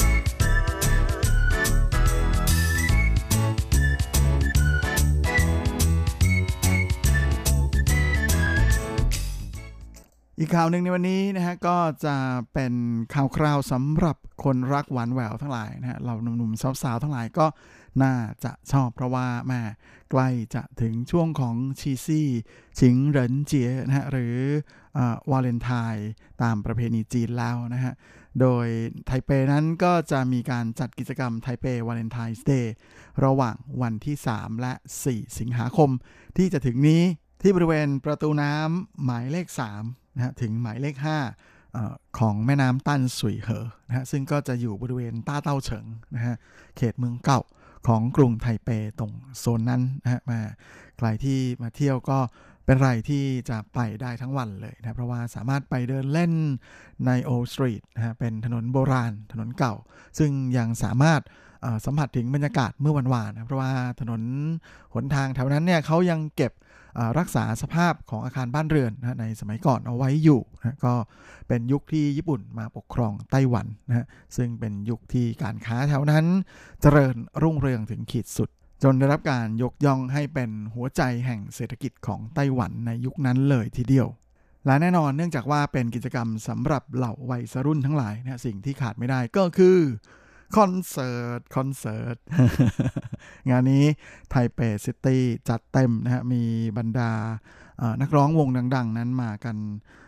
อีกข่าวหนึ่งในวันนี้นะฮะก็จะเป็นข่าวคราวสำหรับคนรักหวานแหววทั้งหลายนะฮะเราหนุ่มๆสาวๆทั้งหลายก็น่าจะชอบเพราะว่าแม่ใกล้จะถึงช่วงของชีซี่ชิงเหรินเจี๋ยนะฮะหรือวาเลนไทน์ตามประเพณีจีนแล้วนะฮะโดยไทเปนั้นก็จะมีการจัดกิจกรรมไทเปวาเลนไทน์เดย์ระหว่างวันที่สามและสี่สิงหาคมที่จะถึงนี้ที่บริเวณประตูน้ำหมายเลขสามนะฮะถึงหมายเลขห้าเอ่อของแม่น้ำตั้นสุยเหอนะฮะซึ่งก็จะอยู่บริเวณต้าเต้าเฉิงนะฮะเขตเมืองเก่าของกรุงไทเปตรงโซนนั้นนะฮะมาใครที่มาเที่ยวก็เป็นไรที่จะไปได้ทั้งวันเลยนะเพราะว่าสามารถไปเดินเล่นในโอลด์สตรีทนะฮะเป็นถนนโบราณถนนเก่าซึ่งยังสามารถสัมผัสถึงบรรยากาศเมื่อวันวานนะเพราะว่าถนนหนทางแถวนั้นเนี่ยเขายังเก็บรักษาสภาพของอาคารบ้านเรือนนะในสมัยก่อนเอาไว้อยู่นะก็เป็นยุคที่ญี่ปุ่นมาปกครองไต้หวันนะซึ่งเป็นยุคที่การค้าแถวนั้นเจริญรุ่งเรืองถึงขีดสุดจนได้รับการยกย่องให้เป็นหัวใจแห่งเศรษฐกิจของไต้หวันในยุคนั้นเลยทีเดียวและแน่นอนเนื่องจากว่าเป็นกิจกรรมสำหรับเหล่าวัยรุ่นทั้งหลายนะสิ่งที่ขาดไม่ได้ก็คือคอนเสิร์ตคอนเสิร์ต งานนี้ไทเปซิตี้จัดเต็มนะฮะมีบรรดานักร้องวงดังๆนั้นมากัน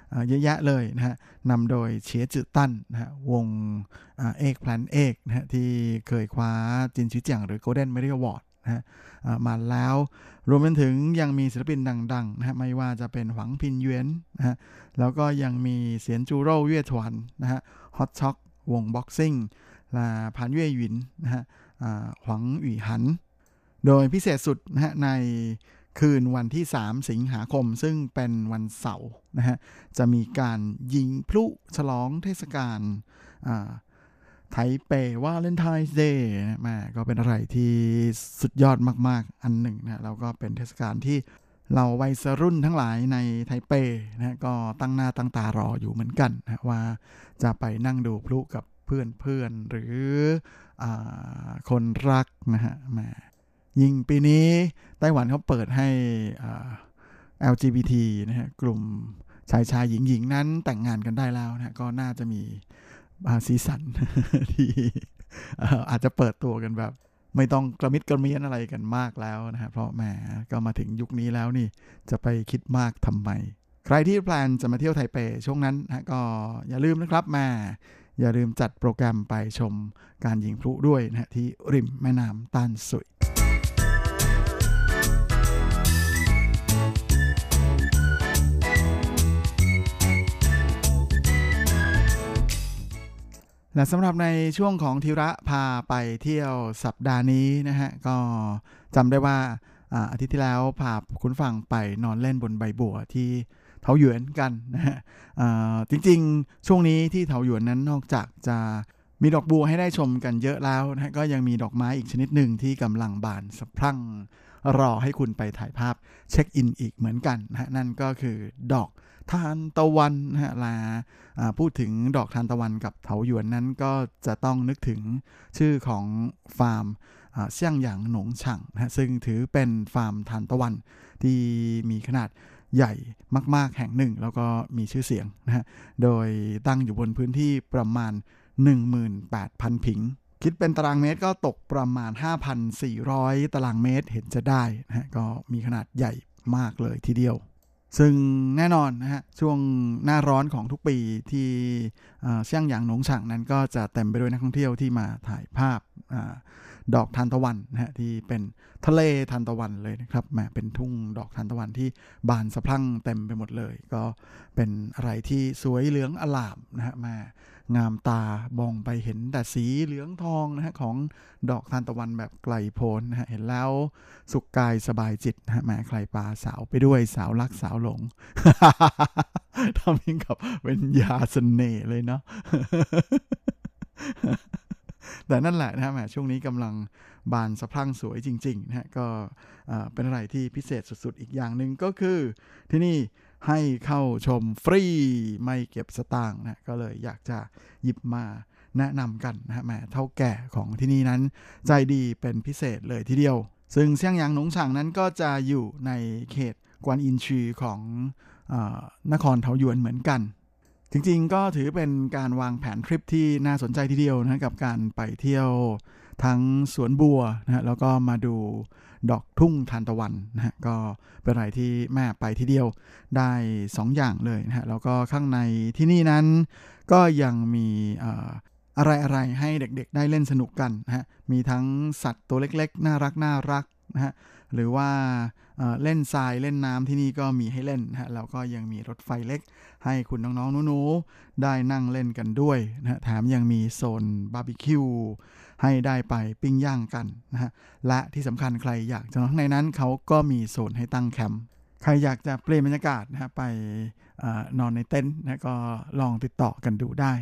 เยอะแยะเลยนะฮะนำโดยเฉียจื่อตั้นนะฮะวงเอกแพลนเอกนะฮะที่เคยคว้าจินชิเจียงหรือ Golden Merit Award นะฮะมาแล้วรวมไปถึงยังมีศิลปินดังๆนะฮะไม่ว่าจะเป็นหวังพินเยวนนะฮะแล้วก็ยังมีเสียนจูโร่เย่ถวนนะฮะฮอตช็อกวงบ็อกซิ่งและผานเย่หยินนะฮะหวังหวี่หันโดยพิเศษสุดนะฮะในคืนวันที่สามสิงหาคมซึ่งเป็นวันเสาร์นะฮะจะมีการยิงพลุฉลองเทศกาลไทเปวาเลนไทน์เดย์นะมาก็เป็นอะไรที่สุดยอดมากๆอันหนึ่งนะแล้วก็เป็นเทศกาลที่เราวัยรุ่นทั้งหลายในไทเปนะก็ตั้งหน้าตั้งตารออยู่เหมือนกันนะว่าจะไปนั่งดูพลุกับเพื่อนๆหรืออ่าคนรักนะฮะมายิ่งปีนี้ไต้หวันเขาเปิดให้ แอล จี บี ที นะฮะกลุ่มชายชายหญิงหญิงนั้นแต่งงานกันได้แล้วนะก็น่าจะมีสีสัน ที่อาจจะเปิดตัวกันแบบไม่ต้องกระมิดกระเมียนอะไรกันมากแล้วนะฮะเพราะแหมก็มาถึงยุคนี้แล้วนี่จะไปคิดมากทำไมใครที่แพลนจะมาเที่ยวไทเปช่วงนั้นนะก็อย่าลืมนะครับมาอย่าลืมจัดโปรแกรมไปชมการยิงพลุด้วยนะฮะที่ริมแม่น้ำต้านสุยและสำหรับในช่วงของธีระพาไปเที่ยวสัปดาห์นี้นะฮะก็จำได้ว่าอาทิตย์ที่แล้วพาคุณฟังไปนอนเล่นบนใบบัวที่เถาหยวนกันนะฮะจริงๆช่วงนี้ที่เถาหยวนนั้นนอกจากจะมีดอกบัวให้ได้ชมกันเยอะแล้วนะก็ยังมีดอกไม้อีกชนิดหนึ่งที่กำลังบานสะพรั่งรอให้คุณไปถ่ายภาพเช็คอินอีกเหมือนกันนะนั่นก็คือดอกทานตะวันนะฮะลาพูดถึงดอกทานตะวันกับเถาหยวนนั้นก็จะต้องนึกถึงชื่อของฟาร์มเซี่ยงหยางหนงฉ่างนะซึ่งถือเป็นฟาร์มทานตะวันที่มีขนาดใหญ่มากๆแห่งหนึ่งแล้วก็มีชื่อเสียงนะฮะโดยตั้งอยู่บนพื้นที่ประมาณ หนึ่งหมื่นแปดพัน ผิงคิดเป็นตารางเมตรก็ตกประมาณ ห้าพันสี่ร้อย ตารางเมตรเห็นจะได้นะฮะก็มีขนาดใหญ่มากเลยทีเดียวซึ่งแน่นอนนะฮะช่วงหน้าร้อนของทุกปีที่เซี่ยงหยางหนงฉ่างนั้นก็จะเต็มไปด้วยนักท่องเที่ยวที่มาถ่ายภาพดอกทานตะวันนะฮะที่เป็นทะเลทานตะวันเลยนะครับแหมเป็นทุ่งดอกทานตะวันที่บานสะพรั่งเต็มไปหมดเลยก็เป็นอะไรที่สวยเหลืองอลามนะฮะมางามตามองไปเห็นแต่สีเหลืองทองนะฮะของดอกทานตะวันแบบไกลโพ้นนะฮะเห็นแล้วสุขกายสบายจิตนะฮะแหมใครปลาสาวไปด้วยสาวรักสาวหลง ทำยิ่งกับเป็นยาเสน่ห์เลยเนาะ แต่นั่นแหละนะฮะแหมช่วงนี้กำลังบานสะพรั่งสวยจริงๆนะฮะก็เป็นอะไรที่พิเศษสุดๆอีกอย่างหนึ่งก็คือที่นี่ให้เข้าชมฟรีไม่เก็บสตางค์นะก็เลยอยากจะหยิบมาแนะนำกันนะฮะแหมเท่าแก่ของที่นี่นั้นใจดีเป็นพิเศษเลยทีเดียวซึ่งเซี่ยงหยางหนงฉ่างนั้นก็จะอยู่ในเขตกวนอินชีของนครเถาหยวนเหมือนกันจริงๆก็ถือเป็นการวางแผนทริปที่น่าสนใจทีเดียวนะกับการไปเที่ยวทั้งสวนบัวนะฮะแล้วก็มาดูดอกทุ่งทานตะวันนะฮะก็เป็นอะไรที่แม่ไปทีเดียวได้สองอย่างเลยนะฮะแล้วก็ข้างในที่นี่นั้นก็ยังมีอะไรๆให้เด็กๆได้เล่นสนุกกันนะฮะมีทั้งสัตว์ตัวเล็กๆน่ารักน่ารักนะฮะหรือว่าเล่นทรายเล่นน้ำที่นี่ก็มีให้เล่นนะฮะแล้วก็ยังมีรถไฟเล็กให้คุณน้องๆหนูๆได้นั่งเล่นกันด้วยนะฮะแถมยังมีโซนบาร์บีคิวให้ได้ไปปิ้งย่างกันนะฮะและที่สำคัญใครอยากจะนอนข้างในนั้นเขาก็มีโซนให้ตั้งแคมป์ใครอยากจะเปลี่ยนบรรยากาศนะฮะไปนอนในเต็นท์นะก็ลองติดต่อกันดูได้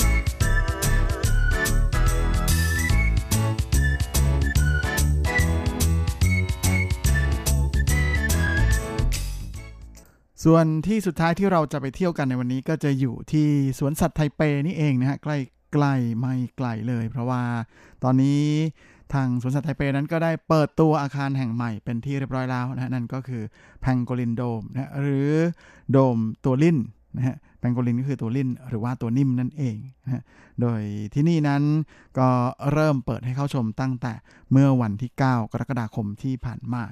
ส่วนที่สุดท้ายที่เราจะไปเที่ยวกันในวันนี้ก็จะอยู่ที่สวนสัตว์ไทเปนี่เองนะฮะใกล้ใกล้ไม่ไกลเลยเพราะว่าตอนนี้ทางสวนสัตว์ไทเปนั้นก็ได้เปิดตัวอาคารแห่งใหม่เป็นที่เรียบร้อยแล้วนะฮะนั่นก็คือแพงโกลินโดมนะหรือโดมตัวลิ่นนะฮะแพงโกลินก็คือตัวลิ่นหรือว่าตัวนิ่มนั่นเองนะฮะโดยที่นี่นั้นก็เริ่มเปิดให้เข้าชมตั้งแต่เมื่อวันที่เก้ากรกฎาคมที่ผ่านมา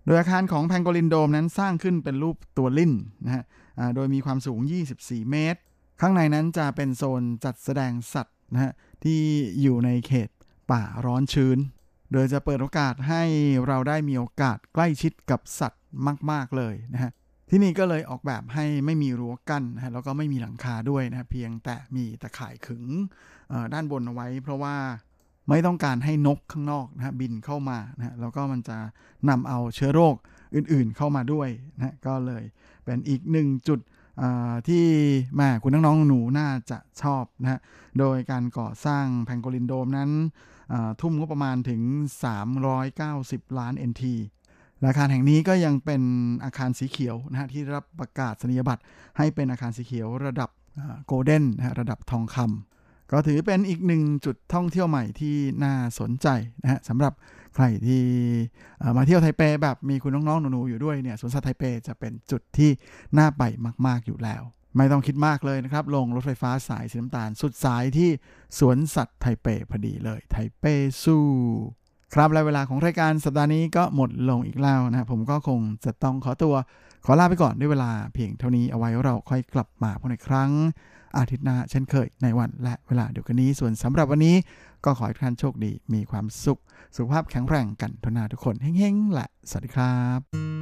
โดยอาคารของแพงโกลินโดมนั้นสร้างขึ้นเป็นรูปตัวลิ่นนะฮะโดยมีความสูงยี่สิบสี่เมตรข้างในนั้นจะเป็นโซนจัดแสดงสัตว์นะฮะที่อยู่ในเขตป่าร้อนชื้นโดยจะเปิดโอกาสให้เราได้มีโอกาสใกล้ชิดกับสัตว์มากๆเลยนะฮะที่นี่ก็เลยออกแบบให้ไม่มีรั้วกั้นนะฮะแล้วก็ไม่มีหลังคาด้วยนะเพียงแต่มีตะข่ายขึงด้านบนเอาไว้เพราะว่าไม่ต้องการให้นกข้างนอกนะฮะบินเข้ามานะฮะแล้วก็มันจะนำเอาเชื้อโรคอื่นๆเข้ามาด้วยนะก็เลยเป็นอีกหนึ่งจุดที่แม่คุณน้องๆหนูน่าจะชอบนะฮะโดยการก่อสร้างแพงโกลินโดมนั้นทุ่มงบประมาณถึงสามร้อยเก้าสิบล้าน เอ็น ที อาคารแห่งนี้ก็ยังเป็นอาคารสีเขียวนะฮะที่รับประกาศนียบัตรให้เป็นอาคารสีเขียวระดับโกลเด้นนะฮะระดับทองคำก็ถือเป็นอีกหนึ่งจุดท่องเที่ยวใหม่ที่น่าสนใจนะฮะสำหรับใครที่มาเที่ยวไทเปแบบมีคุณน้องๆหนูๆอยู่ด้วยเนี่ยสวนสัตว์ไทเปจะเป็นจุดที่น่าไปมากๆอยู่แล้วไม่ต้องคิดมากเลยนะครับลงรถไฟฟ้าสายสีน้ำตาลสุดสายที่สวนสัตว์ไทเปพอดีเลยไทเปซูครับและเวลาของรายการสัปดาห์นี้ก็หมดลงอีกแล้วนะผมก็คงจะต้องขอตัวขอลาไปก่อนด้วยเวลาเพียงเท่านี้เอาไว้เราค่อยกลับมาพบในครั้งอาทิตย์หน้าเช่นเคยในวันและเวลาเดียวกันนี้ส่วนสำหรับวันนี้ก็ขอให้ทุกท่านโชคดีมีความสุขสุขภาพแข็งแรงกันทุกนาทุกคนเฮ้งๆและสวัสดีครับ